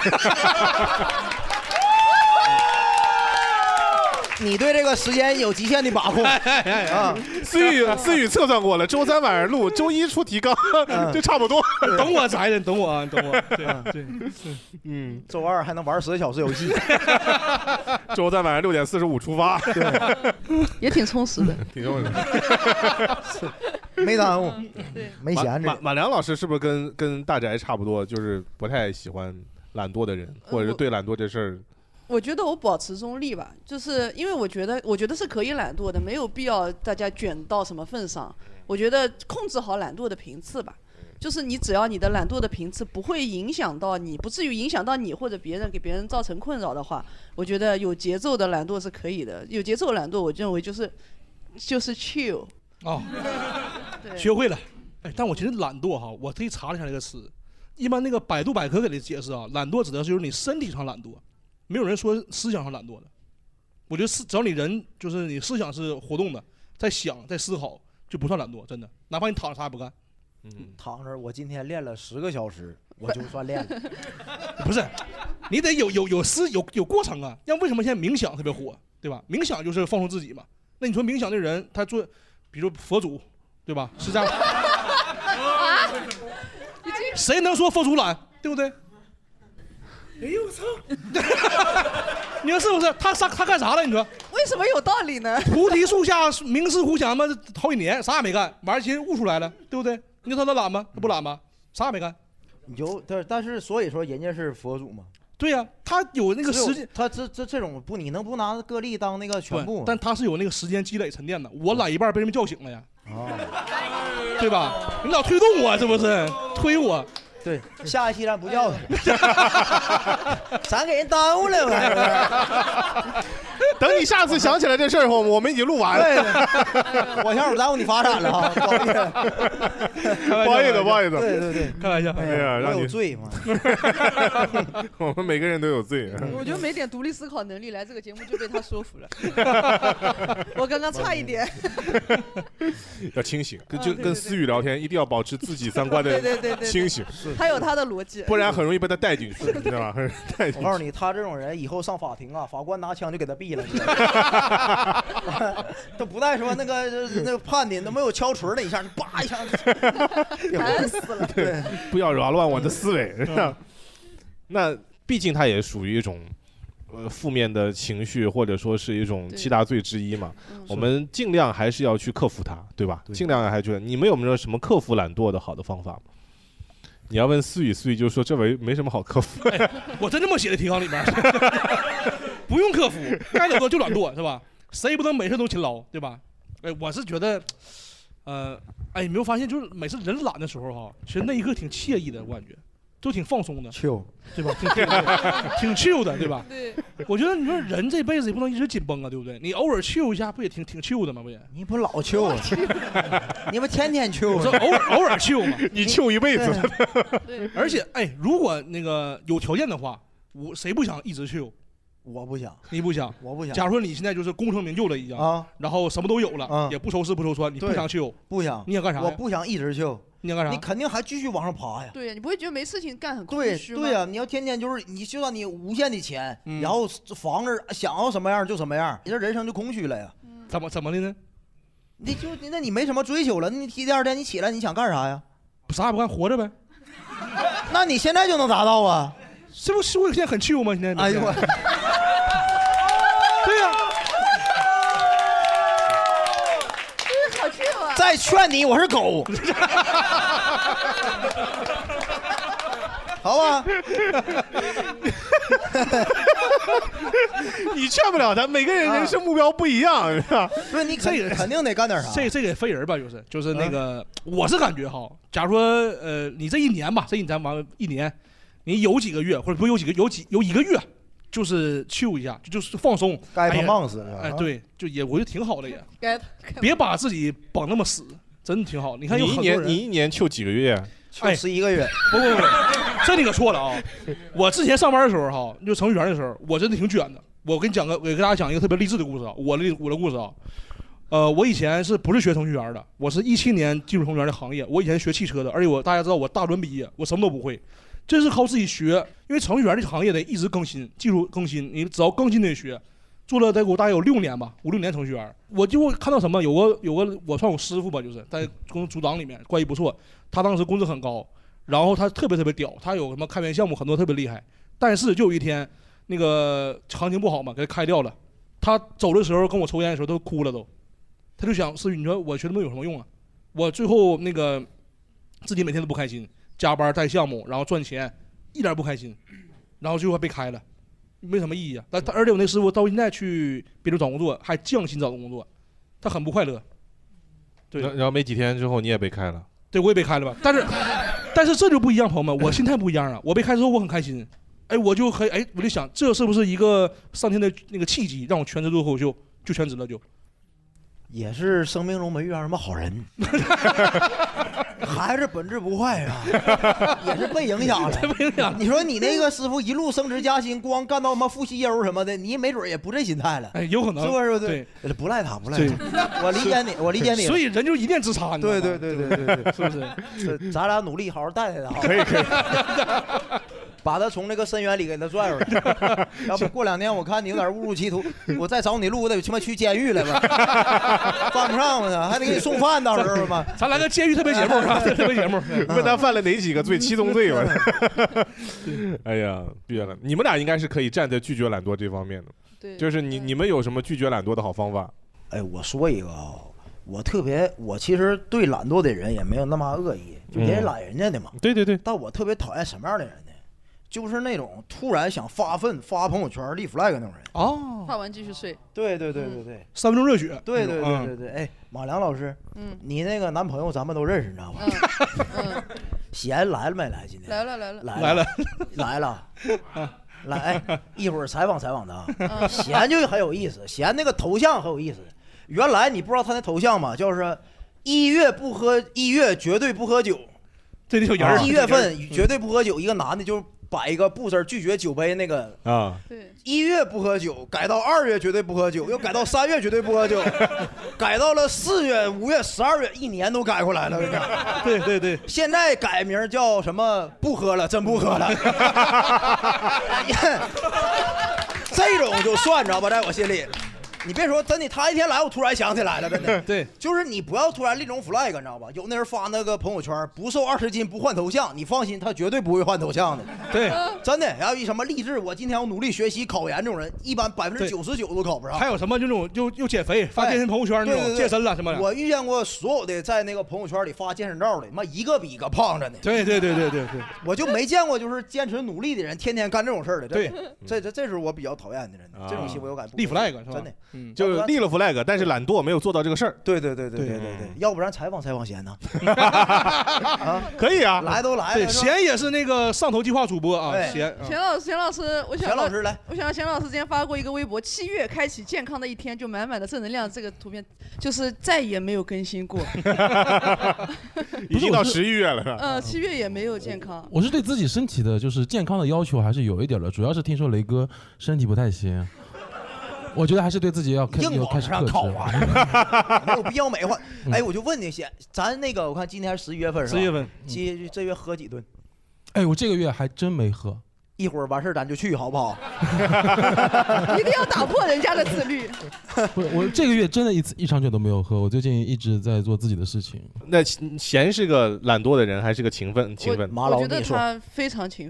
你对这个时间有极限的把控啊！ 思雨思雨测算过了，周三晚上录，周一出提纲，就差不多。 懂我宅人，懂我啊，懂我。对对， 嗯，周二还能玩十个小时游戏， 周三晚上六点四十五出发， 也挺充实的， 挺充实的， 没耽误， 对， 没闲着。 马马良老师是不是跟跟大宅差不多，就是不太喜欢懒惰的人，或者是对懒惰这事儿？ 我觉得我保持中立吧，就是因为我觉得，我觉得是可以懒惰的，没有必要大家卷到什么份上。我觉得控制好懒惰的频次吧，就是你只要你的懒惰的频次不会影响到你，不至于影响到你或者别人，给别人造成困扰的话，我觉得有节奏的懒惰是可以的。有节奏懒惰，我认为就是就是 chill。 哦，学会了。哎，但我觉得懒惰哈，我特意查了一下这个词，一般那个百度百科给的解释啊，懒惰指的是就是你身体上懒惰。没有人说思想上懒惰的，我觉得思只要你人就是你思想是活动的，在想在思考，就不算懒惰，真的，哪怕你躺着啥也不干。 嗯，躺着我今天练了十个小时，我就算练了。 不是，你得有有有思有有过程啊，要为什么现在冥想特别火，对吧？冥想就是放松自己嘛。那你说冥想的人，他做，比如佛祖，对吧？是这样。谁能说佛祖懒，对不对？哎呦我操！你说是不是？他啥他干啥了？你说为什么有道理呢？ 菩提树下冥思苦想嘛，好几年啥也没干，完其实悟出来了，对不对？你说他懒吗？他不懒吗？啥也没干。 你就但但是所以说人家是佛祖嘛。 对呀、啊，他有那个时间， 他这这这种不，你能不拿个例当那个全部？ 但他是有那个时间积累沉淀的。我懒一半被人们叫醒了呀， 哦， 对吧？你老推动我是不是？推我。 对，下一期咱不叫他，咱给人耽误了吧？ 等你下次想起来这事儿后，我们已经录完了。 对，我小虎耽误你发展了哈，不好意思， 不好意思，不好意思。 对对对， 开玩笑。 哎呀，让你有罪嘛。 我们每个人都有罪。 我觉得没点独立思考能力来这个节目就被他说服了。我刚刚差一点。 要清醒，跟就跟思雨聊天，一定要保持自己三观的清醒。 他有他的逻辑， 不然很容易被他带进去，你知道吧？带进去。 我告诉你，他这种人以后上法庭啊，法官拿枪就给他毙了。都不带说那个那个判的，都没有敲锤的一下，就叭一下， 烦死了。 对，不要扰乱我的思维。那毕竟他也属于一种呃负面的情绪，或者说是一种七大罪之一嘛。我们尽量还是要去克服它，对吧？尽量还觉得你们有没有什么克服懒惰的好的方法？你要问思雨，思雨就说这没没什么好克服。 哎、我真这么写的提纲里面，不用克服，该懒惰就懒惰，是吧？谁不能每事都勤劳，对吧？哎，我是觉得，呃，哎，你没有发现，就是每次人懒的时候哈，其实那一刻挺惬意的，我感觉，都挺放松的 ，chill， 对吧？挺挺 chill 的，对吧？ 对。 我觉得你说人这辈子也不能一直紧绷啊，对不对？你偶尔 chill 一下，不也挺挺 chill 的吗？不也？ 你不老 chill 啊？你们天天 chill， 我说偶尔偶尔 chill 嘛， 你 chill 一辈子。 对。而且哎，如果那个有条件的话，我谁不想一直 chill？ 我不想， 你不想， 我不想。 假如说你现在就是功成名就了，已经啊， 然后什么都有了， 啊， 也不愁吃不愁穿，你不想去， 不想， 你想干啥？ 我不想一直去， 你想干啥？ 你肯定还继续往上爬呀。 对呀，你不会觉得没事情干很空虚吗？ 对对呀，你要天天就是你，就算你无限的钱，嗯、然后房子想要什么样就什么样，你这人生就空虚了呀。 嗯、怎么怎么的呢？ 你就那你没什么追求了，你第二天你起来你想干啥呀？ 啥也不干，活着呗。 那你现在就能达到啊？ 是不是我现在很 chill 吗？现在？ 哎呦我。 对呀、啊， 好 chill 啊！ 在在劝你，我是狗。好吧， 你劝不了他，每个人人生目标不一样，是吧？ 对，你这个肯定得干点啥。 这这个分人吧，就是就是那个，我是感觉哈，假如说呃，你这一年吧，这一咱完一年，你有几个月或者不有几个有几有一个月，就是chill一下，就就是放松， 该放放肆。 哎，对，就也我觉得挺好的也， 该别把自己绑那么死，真的挺好。你看有你一很多人， 年你一年chill几个月？ 哎， 十一个月。 不不不，这你可错了啊！我之前上班的时候哈，就程序员的时候，我真的挺卷的。我跟你讲个，我给大家讲一个特别励志的故事啊，我的我的故事啊。呃，我以前是不是学程序员的？我是一七年进入程序员的行业。我以前学汽车的，而且我大家知道我大专毕业，我什么都不会，这是靠自己学。因为程序员这个行业得一直更新，技术更新，你只要更新得学。做了得给我大概有六年吧，五六年程序员，我就看到什么，有个有个我算我师傅吧，就是在公司组长里面关系不错，他当时工资很高，然后他特别特别屌，他有什么开源项目很多特别厉害，但是就有一天那个行情不好嘛，给他开掉了，他走的时候跟我抽烟的时候都哭了都，他就想思雨，你说我学这么有什么用啊？我最后那个自己每天都不开心，加班带项目，然后赚钱，一点不开心，然后最后还被开了。没什么意义啊！但他而且我那师傅到现在去别处找工作，还降薪找工作，他很不快乐。对， 然后没几天之后你也被开了。 对，我也被开了吧？但是，但是这就不一样，朋友们，我心态不一样啊！我被开之后我很开心，哎，我就很哎，我就想这是不是一个上天的那个契机，让我全职做脱口秀，就全职了就。 也是生命中没遇上什么好人，还是本质不坏啊，也是被影响了。 被影响。 你说你那个师傅一路升职加薪，光干到他妈副 C E O 什么的，你没准也不这心态了。 哎，有可能是不是？ 对， 不赖他，不赖他。我理解你，我理解你。 所以人就是一念之差， 对对对对对对， 是不是？ 咱俩努力好好带带他。 可以可以。 把他从那个深渊里给他拽出来，要不过两天我看你有点误入歧途，我再找你录，我得他妈去监狱了吧？犯不上嘛，还得给你送饭，到时候嘛。 咱来个监狱特别节目，特别节目， 问他犯了哪几个罪，七宗罪吧。哎呀，绝了！你们俩应该是可以站在拒绝懒惰这方面的。 对， 就是你你们有什么拒绝懒惰的好方法？ 哎，我说一个啊，我特别，我其实对懒惰的人也没有那么恶意，就人家懒人家的嘛。 对对对。 但我特别讨厌什么样的人呢？就是那种突然想发奋发朋友圈立 flag 那种人。 哦， 发完继续睡。 对对对对对， 三分钟热血。 对对对对对，哎，马良老师， 嗯， 你那个男朋友咱们都认识，你知道吧？ 嗯， 贤来了没来？今天来了来了来了来了，来，一会儿采访采访他。贤就很有意思，贤那个头像很有意思。原来你不知道他那头像吗？就是一月不喝，一月绝对不喝酒。 这小人， 一月份绝对不喝酒，一个男的就摆一个布字拒绝酒杯那个啊。 对， 一月不喝酒，改到二月绝对不喝酒，又改到三月绝对不喝酒，改到了四月、五月、十二月，一年都改过来了。 对对对， 现在改名叫什么？不喝了，真不喝了。这种就算知道吧，在我心里。你别说真的，他一天来，我突然想起来了，真的。 对， 就是你不要突然立这种 flag，你知道吧？有那人发那个朋友圈，不瘦二十斤不换头像，你放心，他绝对不会换头像的。 对， 真的。然后一什么励志，我今天要努力学习考研这种人，一般百分之九十九都考不上。 还有什么这种又又减肥发健身朋友圈那种健身了什么的。 我遇见过所有的在那个朋友圈里发健身照的，妈一个比一个胖着呢。 对对对对对对， 我就没见过就是坚持努力的人天天干这种事儿的。 对， 这这这是我比较讨厌的人，这种行为我感觉立 flag 是吧？ 真的， 嗯， 就立了 flag， 但是懒惰没有做到这个事儿。 对对对对对对对，要不然采访采访贤呢？ 啊，可以啊， 来都来了。 对，贤也是那个上头计划主播啊，贤贤老师，贤老师，我想贤老师来， 我想贤老师之前发过一个微博，七月开启健康的一天，就满满的正能量。这个图片就是再也没有更新过， 已经到十一月了。 呃，七月也没有健康。 我是对自己身体的就是健康的要求还是有一点的，主要是听说雷哥身体不太行。我觉得还是对自己要开硬往上靠啊，没有必要美化。哎，我就问你，先咱那个，我看今天十一月份是吧？ 十月份， 这这月喝几顿？ 哎，我这个月还真没喝。 一会儿完事儿咱就去，好不好？ 一定要打破人家的自律。 不，我这个月真的一次一场酒都没有喝。我最近一直在做自己的事情。 那贤是个懒惰的人，还是个勤奋勤奋？ 我觉得他非常勤奋。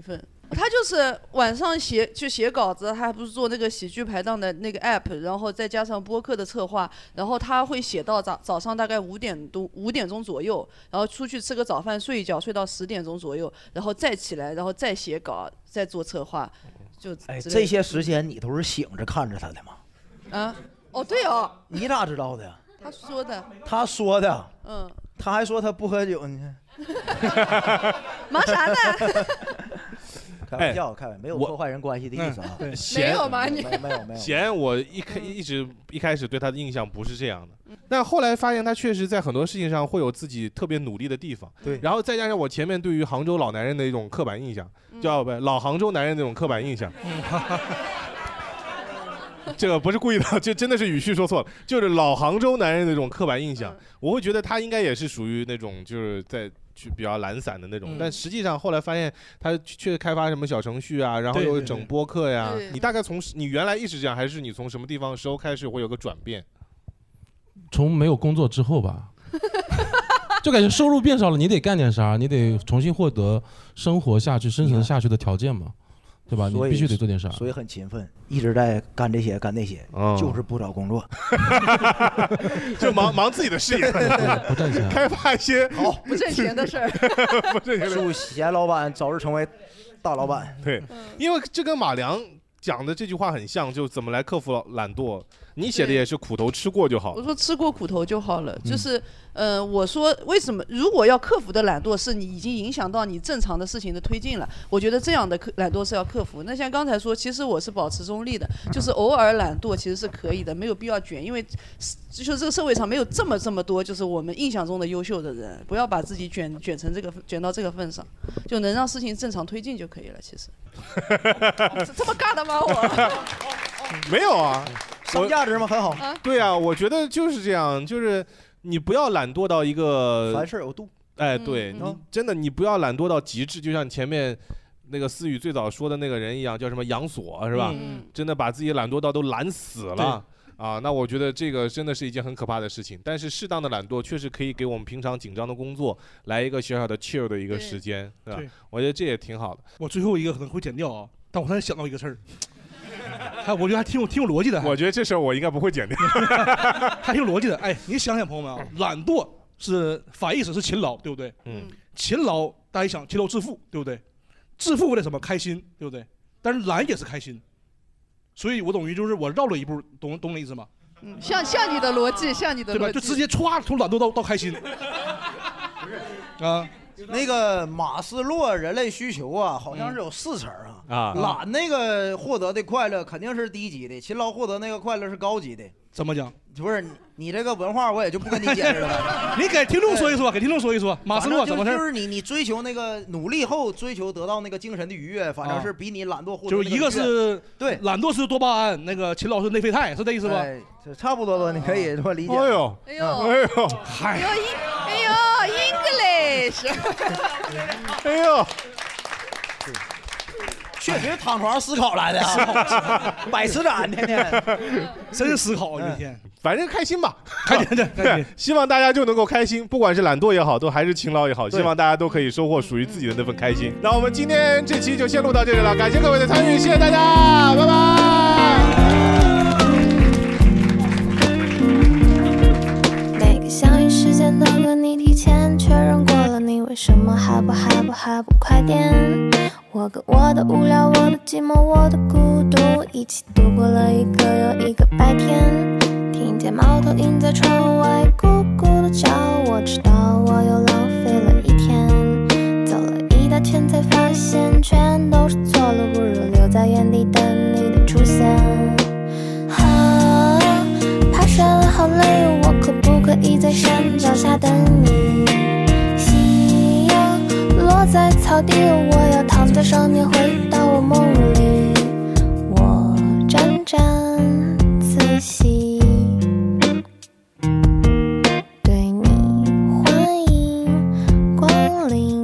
他就是晚上写就写稿子，他还不是做那个喜剧排档的那个 app， 然后再加上播客的策划，然后他会写到早早上大概五点多五点钟左右，然后出去吃个早饭睡一觉，睡到十点钟左右，然后再起来，然后再写稿，再做策划，就哎，这些时间你都是醒着看着他的吗？ 啊，哦对哦， 你咋知道的呀？ 他说的， 他说的， 嗯， 他还说他不喝酒呢。 忙啥呢？ 开玩笑，开玩笑，没有破坏人关系的意思啊。 贤没有吗你没没有没有。 贤，我一开一直一开始对他的印象不是这样的，但后来发现他确实在很多事情上会有自己特别努力的地方。 对， 然后再加上我前面对于杭州老男人的一种刻板印象，叫不老杭州男人那种刻板印象。这个不是故意的，就真的是语序说错了，就是老杭州男人那种刻板印象，我会觉得他应该也是属于那种就是在去比较懒散的那种， 嗯但实际上后来发现他确实开发什么小程序啊，然后对对对又整播客呀。 对你大概从你原来一直这样，还是你从什么地方时候开始会有个转变？ 从没有工作之后吧，就感觉收入变少了，你得干点啥，你得重新获得生活下去、生存下去的条件嘛，对吧？你所以必须得做点啥。 所以很勤奋，一直在干这些干那些， 哦就是不找工作， 就忙忙自己的事业， 不挣钱， 开发一些好不挣钱的事儿。 不挣钱的事儿。 祝贤老板早日成为大老板。 对，因为这跟马良讲的这句话很像，就怎么来克服懒惰。你写的也是苦头吃过就好我。说吃过苦头就好了， 嗯就是，呃，我说为什么如果要克服的懒惰是你已经影响到你正常的事情的推进了，我觉得这样的克懒惰是要克服。那像刚才说，其实我是保持中立的，就是偶尔懒惰其实是可以的，没有必要卷，因为就是这个社会上没有这么这么多就是我们印象中的优秀的人，不要把自己卷卷成这个卷到这个份上，就能让事情正常推进就可以了。其实，这么尬的吗我？ 没有啊， 上价值吗？很好。 对啊，我觉得就是这样，就是你不要懒惰到一个凡事有度。 哎，对你真的你不要懒惰到极致，就像你前面那个思雨最早说的那个人一样，叫什么杨索是吧？ 嗯真的把自己懒惰到都懒死了。啊，那我觉得这个真的是一件很可怕的事情。但是适当的懒惰确实可以给我们平常紧张的工作来一个小小的 chill 的一个时间，对吧？ 对我觉得这也挺好的。 我最后一个可能会剪掉啊，但我突然想到一个事儿，还我觉得还挺有挺有逻辑的。 我觉得这事儿我应该不会剪掉， 还挺有逻辑的。哎，你想想，朋友们啊，懒惰是反义词是勤劳，对不对？ 嗯， 勤劳大家想勤劳致富，对不对？致富为了什么？开心，对不对？但是懒也是开心，所以我等于就是我绕了一步，懂懂我意思吗？ 嗯，像像你的逻辑，像你的逻辑， 对吧？就直接歘从懒惰到到开心。啊， 那个马斯洛人类需求啊，好像是有四层啊。 啊懒那个获得的快乐肯定是低级的，勤劳获得那个快乐是高级的。 怎么讲？ 不是你你这个文化，我也就不跟你解释了。 你给听众说一说，给听众说一说，马斯洛怎么事？ 就是你你追求那个努力后追求得到那个精神的愉悦，反正是比你懒惰获得就是一个是对懒惰是多巴胺，那个勤劳是内啡肽，是这意思吧？ 哎，这差不多吧，你可以这么理解。 哎呦， 哎呦， 哎呦， 哎呦，哎呦 ，English， 哎呦。 确实躺床思考来的啊，百词斩天天， 真是思考一天。 反正开心吧， 开心的，开心。 希望大家就能够开心，不管是懒惰也好，都还是勤劳也好，希望大家都可以收获属于自己的那份开心。那我们今天这期就先录到这里了，感谢各位的参与，谢谢大家，拜拜。 每个相遇时间都跟你提前确认过了，你为什么还不还不还不快点？我跟我的无聊，我的寂寞，我的孤独，一起度过了一个又一个白天。听见猫头鹰在窗外咕咕的叫，我知道我又浪费了一天。走了一大圈才发现全都是错了，不如留在原地等你的出现。啊，爬山了好累，我可不可以在山脚下等你？夕阳落在草地，我要躺在上面回到我梦里，我沾沾自喜，对你欢迎光临。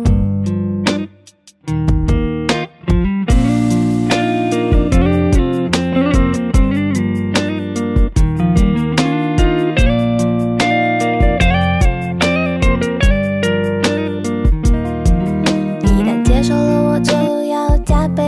一旦接受了，我就要加倍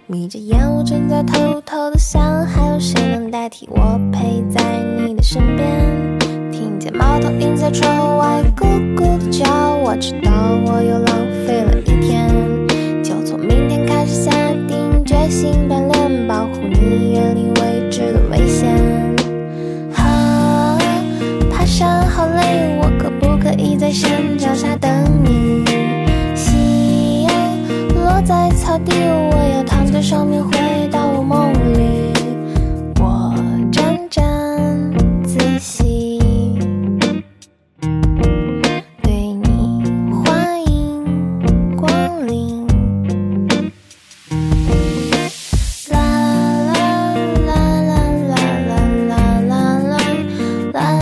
眯着眼，我正在偷偷的想，还有谁能代替我陪在你的身边？听见猫头鹰在窗外咕咕的叫，我知道我又浪费了一天，就从明天开始下定决心锻炼，保护你远离未知的危险。啊，爬山好累，我可不可以在山脚下等你？夕阳落在草地，我要躺在上面回到我梦里，我沾沾自喜，对你欢迎光临。啦啦啦啦啦啦啦啦啦啦